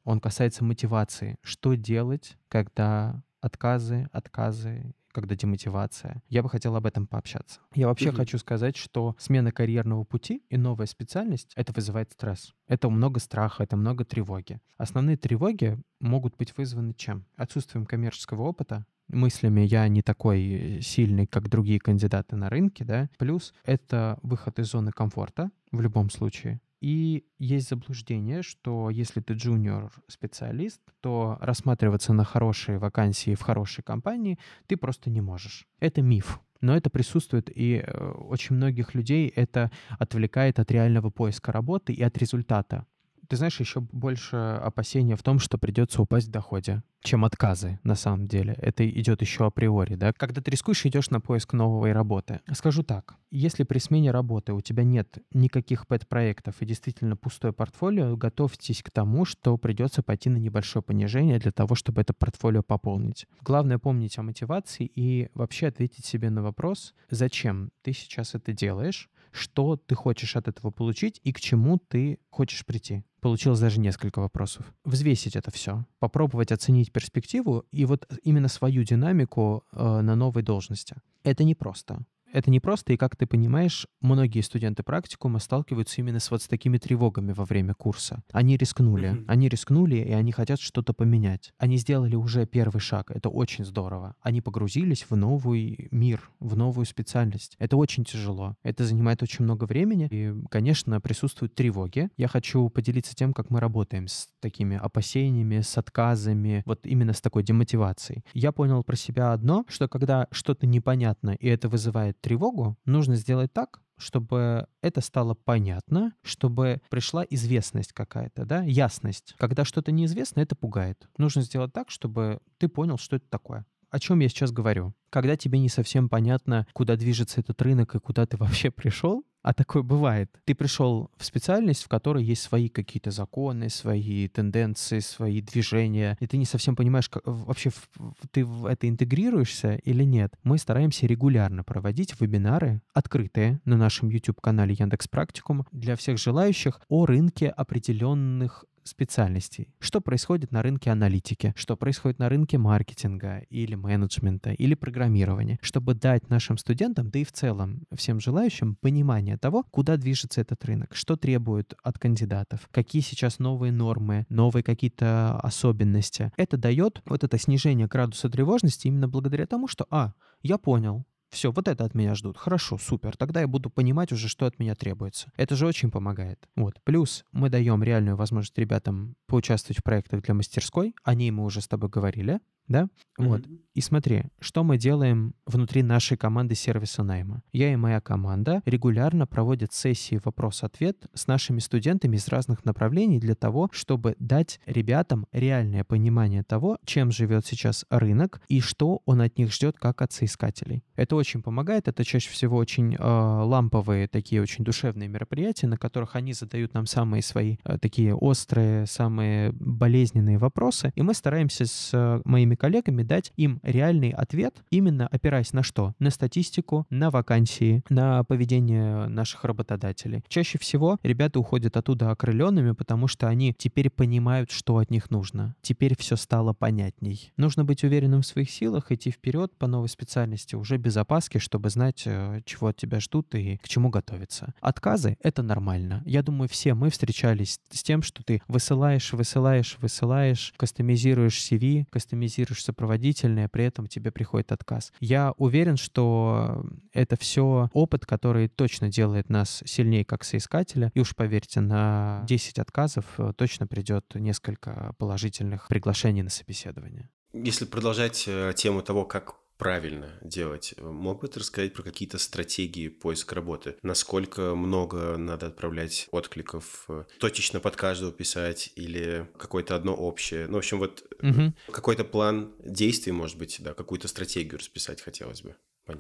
Он касается мотивации. Что делать, когда отказы, отказы, когда демотивация. Я бы хотел об этом пообщаться. Я вообще Мгм. хочу сказать, что смена карьерного пути и новая специальность — это вызывает стресс. Это много страха, это много тревоги. Основные тревоги могут быть вызваны чем? Отсутствием коммерческого опыта, мыслями «я не такой э, сильный, как другие кандидаты на рынке», да, плюс это выход из зоны комфорта в любом случае. И есть заблуждение, что если ты джуниор-специалист, то рассматриваться на хорошие вакансии в хорошей компании ты просто не можешь. Это миф. Но это присутствует, и э, очень многих людей это отвлекает от реального поиска работы и от результата. Ты знаешь, еще больше опасения в том, что придется упасть в доходе, чем отказы на самом деле. Это идет еще априори, да? Когда ты рискуешь, идешь на поиск новой работы. Скажу так, если при смене работы у тебя нет никаких пэт-проектов и действительно пустое портфолио, готовьтесь к тому, что придется пойти на небольшое понижение для того, чтобы это портфолио пополнить. Главное помнить о мотивации и вообще ответить себе на вопрос, зачем ты сейчас это делаешь, что ты хочешь от этого получить и к чему ты хочешь прийти. Получилось даже несколько вопросов. Взвесить это все, попробовать оценить перспективу и вот именно свою динамику э, на новой должности. Это непросто. Это непросто, и, как ты понимаешь, многие студенты практикума сталкиваются именно с вот с такими тревогами во время курса. Они рискнули, Мгм. они рискнули, и они хотят что-то поменять. Они сделали уже первый шаг, это очень здорово. Они погрузились в новый мир, в новую специальность. Это очень тяжело, это занимает очень много времени, и, конечно, присутствуют тревоги. Я хочу поделиться тем, как мы работаем с такими опасениями, с отказами, вот именно с такой демотивацией. Я понял про себя одно, что когда что-то непонятно, и это вызывает тревогу, нужно сделать так, чтобы это стало понятно, чтобы пришла известность какая-то, да, ясность. Когда что-то неизвестно, это пугает. Нужно сделать так, чтобы ты понял, что это такое. О чем я сейчас говорю? Когда тебе не совсем понятно, куда движется этот рынок и куда ты вообще пришел, а такое бывает. Ты пришел в специальность, в которой есть свои какие-то законы, свои тенденции, свои движения, и ты не совсем понимаешь, как, вообще в- в- ты в это интегрируешься или нет. Мы стараемся регулярно проводить вебинары, открытые на нашем YouTube-канале Яндекс Практикум, для всех желающих о рынке определенных специальностей. Что происходит на рынке аналитики, что происходит на рынке маркетинга или менеджмента, или программирования, чтобы дать нашим студентам, да и в целом всем желающим понимание того, куда движется этот рынок, что требует от кандидатов, какие сейчас новые нормы, новые какие-то особенности. Это дает вот это снижение градуса тревожности именно благодаря тому, что, а, я понял, все, вот это от меня ждут. Хорошо, супер. Тогда я буду понимать уже, что от меня требуется. Это же очень помогает. Вот. Плюс мы даем реальную возможность ребятам поучаствовать в проектах для мастерской. О ней мы уже с тобой говорили, да? Вот. Мгм. И смотри, что мы делаем внутри нашей команды сервиса найма. Я и моя команда регулярно проводят сессии вопрос-ответ с нашими студентами из разных направлений для того, чтобы дать ребятам реальное понимание того, чем живет сейчас рынок и что он от них ждет как от соискателей. Это очень помогает. Это чаще всего очень э, ламповые, такие очень душевные мероприятия, на которых они задают нам самые свои э, такие острые, самые болезненные вопросы. И мы стараемся с э, моими коллегами дать им реальный ответ, именно опираясь на что? На статистику, на вакансии, на поведение наших работодателей. Чаще всего ребята уходят оттуда окрыленными, потому что они теперь понимают, что от них нужно. Теперь все стало понятней. Нужно быть уверенным в своих силах, идти вперед по новой специальности уже без опаски, чтобы знать, э, чего от тебя ждут и к чему готовиться. Отказы — это нормально. Я думаю, все мы встречались с тем, что ты высылаешь, высылаешь, высылаешь, кастомизируешь си ви, кастомизируешь сопроводительное, при этом тебе приходит отказ. Я уверен, что это все опыт, который точно делает нас сильнее как соискателя. И уж поверьте, на десять отказов э, точно придет несколько положительных приглашений на собеседование. Если продолжать э, тему того, как правильно делать, э, мог бы ты рассказать про какие-то стратегии поиска работы? Насколько много надо отправлять откликов? э, Точечно под каждого писать или какое-то одно общее? Ну, в общем, вот э, Мгм. какой-то план действий, может быть, да, какую-то стратегию расписать хотелось бы понять.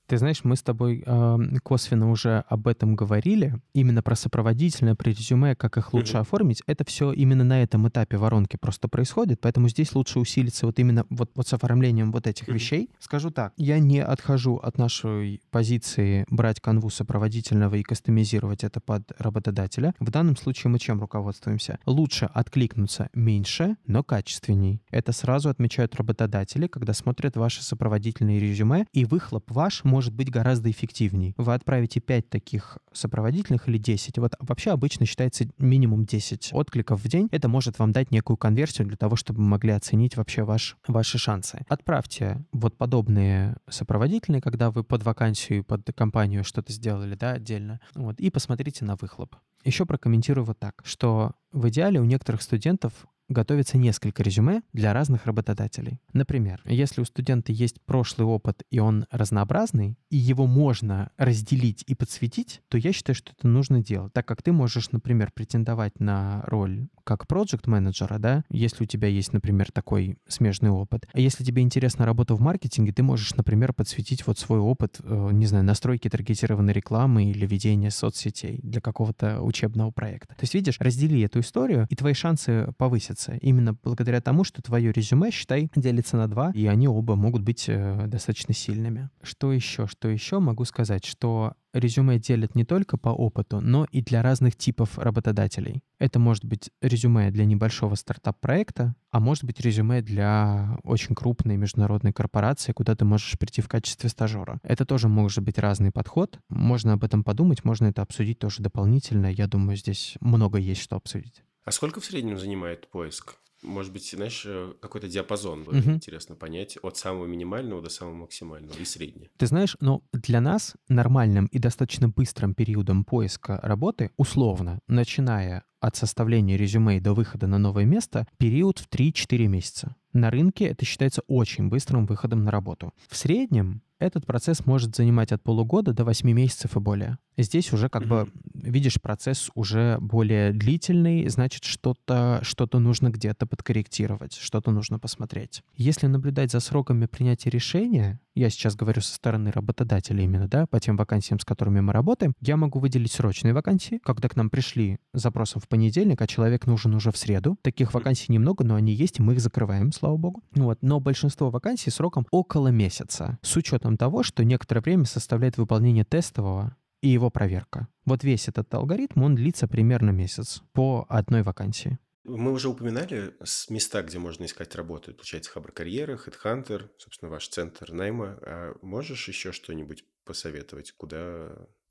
Ты знаешь, мы с тобой э, косвенно уже об этом говорили, именно про сопроводительное, про резюме, как их лучше Мгм. оформить. Это все именно на этом этапе воронки просто происходит, поэтому здесь лучше усилиться вот именно вот, вот с оформлением вот этих Мгм. вещей. Скажу так, я не отхожу от нашей позиции брать канву сопроводительного и кастомизировать это под работодателя. В данном случае мы чем руководствуемся? Лучше откликнуться меньше, но качественней. Это сразу отмечают работодатели, когда смотрят ваши сопроводительные резюме, и выхлоп ваш может быть гораздо эффективней. Вы отправите пять таких сопроводительных или десять. Вот вообще обычно считается минимум десять откликов в день. Это может вам дать некую конверсию для того, чтобы вы могли оценить вообще ваш, ваши шансы. Отправьте вот подобные сопроводительные, когда вы под вакансию, под компанию что-то сделали, да, отдельно. Вот, и посмотрите на выхлоп. Еще прокомментирую вот так, что в идеале у некоторых студентов готовится несколько резюме для разных работодателей. Например, если у студента есть прошлый опыт, и он разнообразный, и его можно разделить и подсветить, то я считаю, что это нужно делать, так как ты можешь, например, претендовать на роль как проект-менеджера, да, если у тебя есть, например, такой смежный опыт. А если тебе интересна работа в маркетинге, ты можешь, например, подсветить вот свой опыт, э, не знаю, настройки таргетированной рекламы или ведения соцсетей для какого-то учебного проекта. То есть, видишь, раздели эту историю, и твои шансы повысятся. Именно благодаря тому, что твое резюме, считай, делится на два, и они оба могут быть э, достаточно сильными. Что еще? Что еще могу сказать? Что резюме делят не только по опыту, но и для разных типов работодателей. Это может быть резюме для небольшого стартап-проекта, а может быть резюме для очень крупной международной корпорации, куда ты можешь прийти в качестве стажера. Это тоже может быть разный подход. Можно об этом подумать, можно это обсудить тоже дополнительно. Я думаю, здесь много есть что обсудить. А сколько в среднем занимает поиск? Может быть, знаешь, э, какой-то диапазон было бы Мгм. интересно понять от самого минимального до самого максимального и среднего. Ты знаешь, но для нас нормальным и достаточно быстрым периодом поиска работы, условно, начиная от составления резюме и до выхода на новое место, период в три-четыре месяца. На рынке это считается очень быстрым выходом на работу. В среднем этот процесс может занимать от полугода до восьми месяцев и более. Здесь уже как бы, Мгм. видишь, процесс уже более длительный, значит, что-то что-то нужно где-то подкорректировать, что-то нужно посмотреть. Если наблюдать за сроками принятия решения, я сейчас говорю со стороны работодателя именно, да, по тем вакансиям, с которыми мы работаем, я могу выделить срочные вакансии, когда к нам пришли с запросом в понедельник, а человек нужен уже в среду. Таких вакансий немного, но они есть, и мы их закрываем, слава богу. Вот. Но большинство вакансий сроком около месяца, с учетом того, что некоторое время составляет выполнение тестового и его проверка. Вот весь этот алгоритм, он длится примерно месяц по одной вакансии. Мы уже упоминали с места, где можно искать работу. Это, получается, Хабр Карьера, HeadHunter, собственно, ваш центр найма. А можешь еще что-нибудь посоветовать, куда,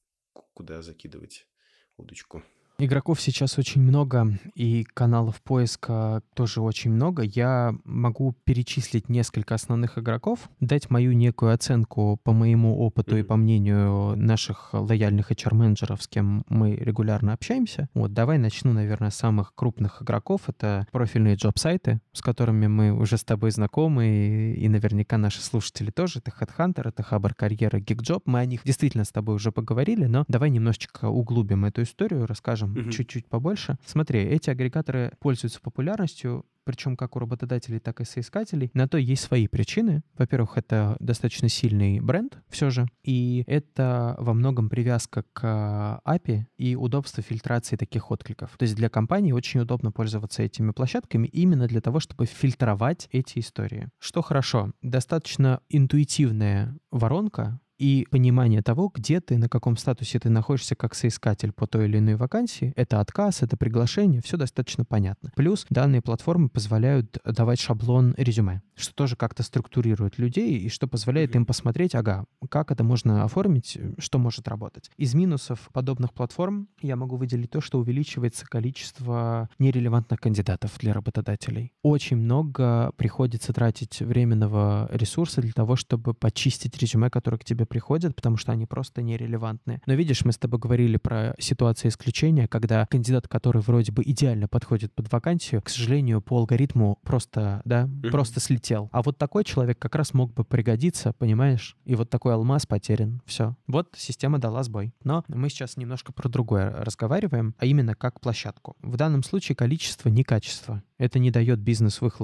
куда закидывать удочку? Игроков сейчас очень много, и каналов поиска тоже очень много. Я могу перечислить несколько основных игроков, дать мою некую оценку по моему опыту и Мгм. по мнению наших лояльных эйч ар-менеджеров, с кем мы регулярно общаемся. Вот, давай начну, наверное, с самых крупных игроков. Это профильные джоб-сайты, с которыми мы уже с тобой знакомы, и, и наверняка наши слушатели тоже. Это HeadHunter, это Хабр Карьера, GigJob. Мы о них действительно с тобой уже поговорили, но давай немножечко углубим эту историю, расскажем Мгм. чуть-чуть побольше. Смотри, эти агрегаторы пользуются популярностью, причем как у работодателей, так и соискателей. На то есть свои причины. Во-первых, это достаточно сильный бренд все же, и это во многом привязка к эй пи ай и удобство фильтрации таких откликов. То есть для компании очень удобно пользоваться этими площадками именно для того, чтобы фильтровать эти истории. Что хорошо, достаточно интуитивная воронка и понимание того, где ты, на каком статусе ты находишься как соискатель по той или иной вакансии. Это отказ, это приглашение, все достаточно понятно. Плюс данные платформы позволяют давать шаблон резюме, что тоже как-то структурирует людей и что позволяет Мгм. им посмотреть, ага, как это можно оформить, что может работать. Из минусов подобных платформ я могу выделить то, что увеличивается количество нерелевантных кандидатов для работодателей. Очень много приходится тратить временного ресурса для того, чтобы почистить резюме, которые к тебе приходят, потому что они просто нерелевантные. Но видишь, мы с тобой говорили про ситуации исключения, когда кандидат, который вроде бы идеально подходит под вакансию, к сожалению, по алгоритму просто, да, Мгм. просто слетел. А вот такой человек как раз мог бы пригодиться, понимаешь? И вот такой алмаз потерян. Все. Вот система дала сбой. Но мы сейчас немножко про другое разговариваем, а именно как площадку. В данном случае количество, не качество. Это не дает бизнес-выхлопа.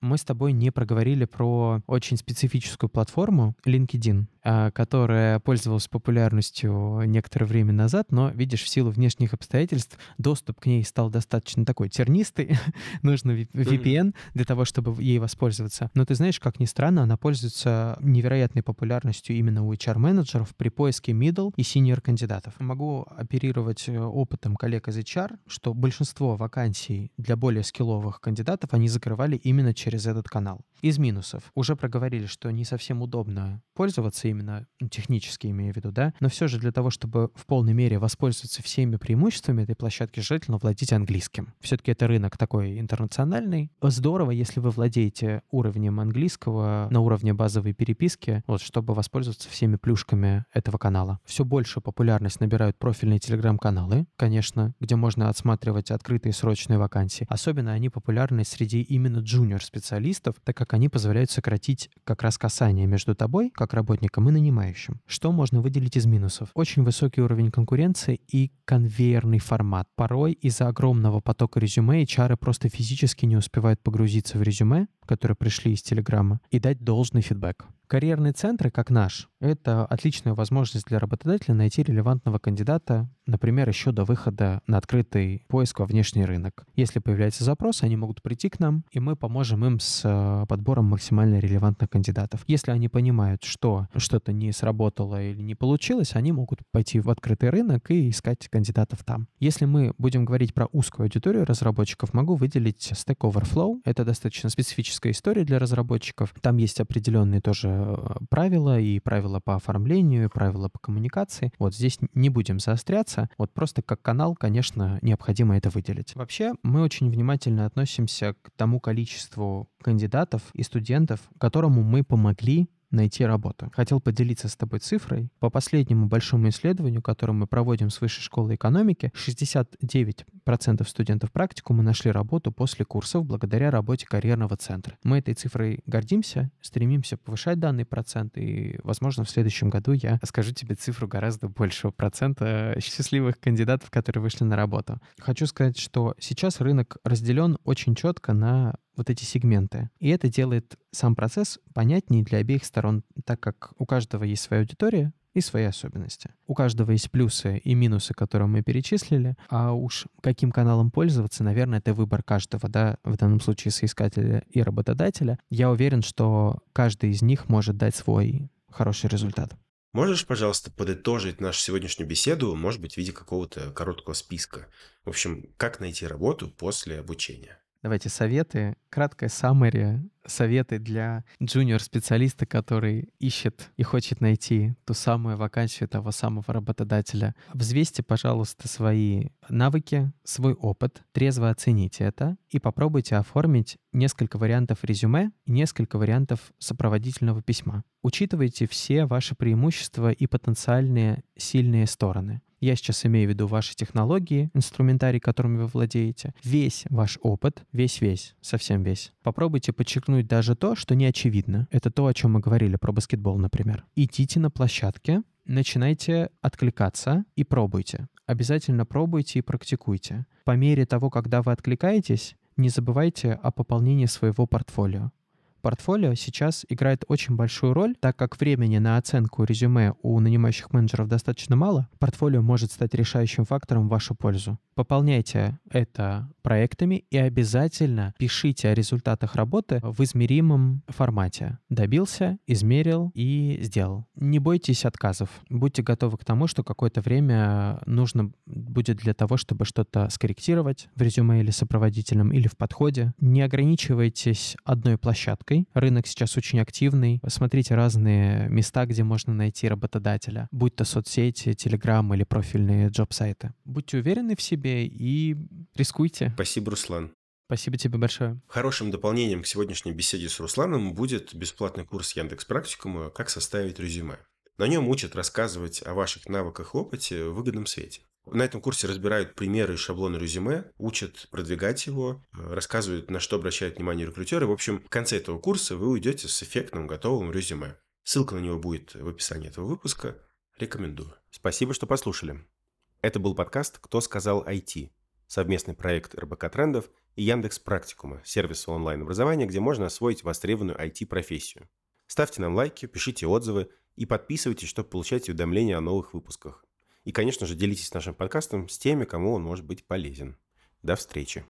Мы с тобой не проговорили про очень специфическую платформу LinkedIn, а, которая пользовалась популярностью некоторое время назад, но, видишь, в силу внешних обстоятельств доступ к ней стал достаточно такой тернистый. Нужно ви- Мгм. ви пи эн для того, чтобы ей воспользоваться. Но ты знаешь, как ни странно, она пользуется невероятной популярностью именно у эйч ар-менеджеров при поиске middle и senior кандидатов. Могу оперировать э, опытом коллег из эйч ар, что большинство вакансий для более скилловых кандидатов они закрывали именно через этот канал. Из минусов. Уже проговорили, что не совсем удобно пользоваться именно, ну, технически имею в виду, да, но все же для того, чтобы в полной мере воспользоваться всеми преимуществами этой площадки, желательно владеть английским. Все-таки это рынок такой интернациональный. Здорово, если вы владеете уровнем английского на уровне базовой переписки, вот, чтобы воспользоваться всеми плюшками этого канала. Все больше популярность набирают профильные телеграм-каналы, конечно, где можно отсматривать открытые срочные вакансии. Особенно они популярны среди именно джуниор-специалистов, так как они позволяют сократить как раз касание между тобой, как работником, и нанимающим. Что можно выделить из минусов? Очень высокий уровень конкуренции и конвейерный формат. Порой из-за огромного потока резюме эйч ар просто физически не успевают погрузиться в резюме, которые пришли из Телеграма, и дать должный фидбэк. Карьерные центры, как наш, это отличная возможность для работодателя найти релевантного кандидата, например, еще до выхода на открытый поиск во внешний рынок. Если появляется запрос, они могут прийти к нам, и мы поможем им с э, подбором максимально релевантных кандидатов. Если они понимают, что что-то не сработало или не получилось, они могут пойти в открытый рынок и искать кандидатов там. Если мы будем говорить про узкую аудиторию разработчиков, могу выделить Stack Overflow. Это достаточно специфическая история для разработчиков. Там есть определенные тоже правила, и правила по оформлению, и правила по коммуникации. Вот здесь не будем заостряться. Вот просто как канал, конечно, необходимо это выделить. Вообще, мы очень внимательно относимся к тому количеству кандидатов и студентов, которому мы помогли найти работу. Хотел поделиться с тобой цифрой. По последнему большому исследованию, которое мы проводим с Высшей школы экономики, шестьдесят девять процентов студентов практикума нашли работу после курсов благодаря работе карьерного центра. Мы этой цифрой гордимся, стремимся повышать данный процент, и, возможно, в следующем году я скажу тебе цифру гораздо большего процента счастливых кандидатов, которые вышли на работу. Хочу сказать, что сейчас рынок разделен очень четко на вот эти сегменты. И это делает сам процесс понятнее для обеих сторон, так как у каждого есть своя аудитория и свои особенности. У каждого есть плюсы и минусы, которые мы перечислили, а уж каким каналом пользоваться, наверное, это выбор каждого, да, в данном случае соискателя и работодателя. Я уверен, что каждый из них может дать свой хороший результат. Можешь, пожалуйста, подытожить нашу сегодняшнюю беседу, может быть, в виде какого-то короткого списка? В общем, как найти работу после обучения? Давайте советы. Краткое саммари. Советы для джуниор-специалиста, который ищет и хочет найти ту самую вакансию того самого работодателя. Взвесьте, пожалуйста, свои навыки, свой опыт, трезво оцените это и попробуйте оформить несколько вариантов резюме и несколько вариантов сопроводительного письма. Учитывайте все ваши преимущества и потенциальные сильные стороны. Я сейчас имею в виду ваши технологии, инструментарий, которыми вы владеете, весь ваш опыт, весь-весь, совсем весь. Попробуйте подчеркнуть даже то, что не очевидно. Это то, о чем мы говорили про баскетбол, например. Идите на площадке, начинайте откликаться и пробуйте. Обязательно пробуйте и практикуйте. По мере того, когда вы откликаетесь, не забывайте о пополнении своего портфолио. Портфолио сейчас играет очень большую роль, так как времени на оценку резюме у нанимающих менеджеров достаточно мало. Портфолио может стать решающим фактором в вашу пользу. Пополняйте это проектами и обязательно пишите о результатах работы в измеримом формате. Добился, измерил и сделал. Не бойтесь отказов. Будьте готовы к тому, что какое-то время нужно будет для того, чтобы что-то скорректировать в резюме или сопроводительном, или в подходе. Не ограничивайтесь одной площадкой. Рынок сейчас очень активный. Смотрите разные места, где можно найти работодателя, будь то соцсети, Telegram или профильные джоб-сайты. Будьте уверены в себе и рискуйте. Спасибо, Руслан. Спасибо тебе большое. Хорошим дополнением к сегодняшней беседе с Русланом будет бесплатный курс Яндекс.Практикума «Как составить резюме». На нем учат рассказывать о ваших навыках и опыте в выгодном свете. На этом курсе разбирают примеры и шаблоны резюме, учат продвигать его, рассказывают, на что обращают внимание рекрутеры. В общем, в конце этого курса вы уйдете с эффектным готовым резюме. Ссылка на него будет в описании этого выпуска. Рекомендую. Спасибо, что послушали. Это был подкаст «Кто сказал ай ти?» Совместный проект эр бэ ка Трендов и Яндекс Практикума, сервиса онлайн-образования, где можно освоить востребованную ай ти-профессию. Ставьте нам лайки, пишите отзывы и подписывайтесь, чтобы получать уведомления о новых выпусках. И, конечно же, делитесь нашим подкастом с теми, кому он может быть полезен. До встречи!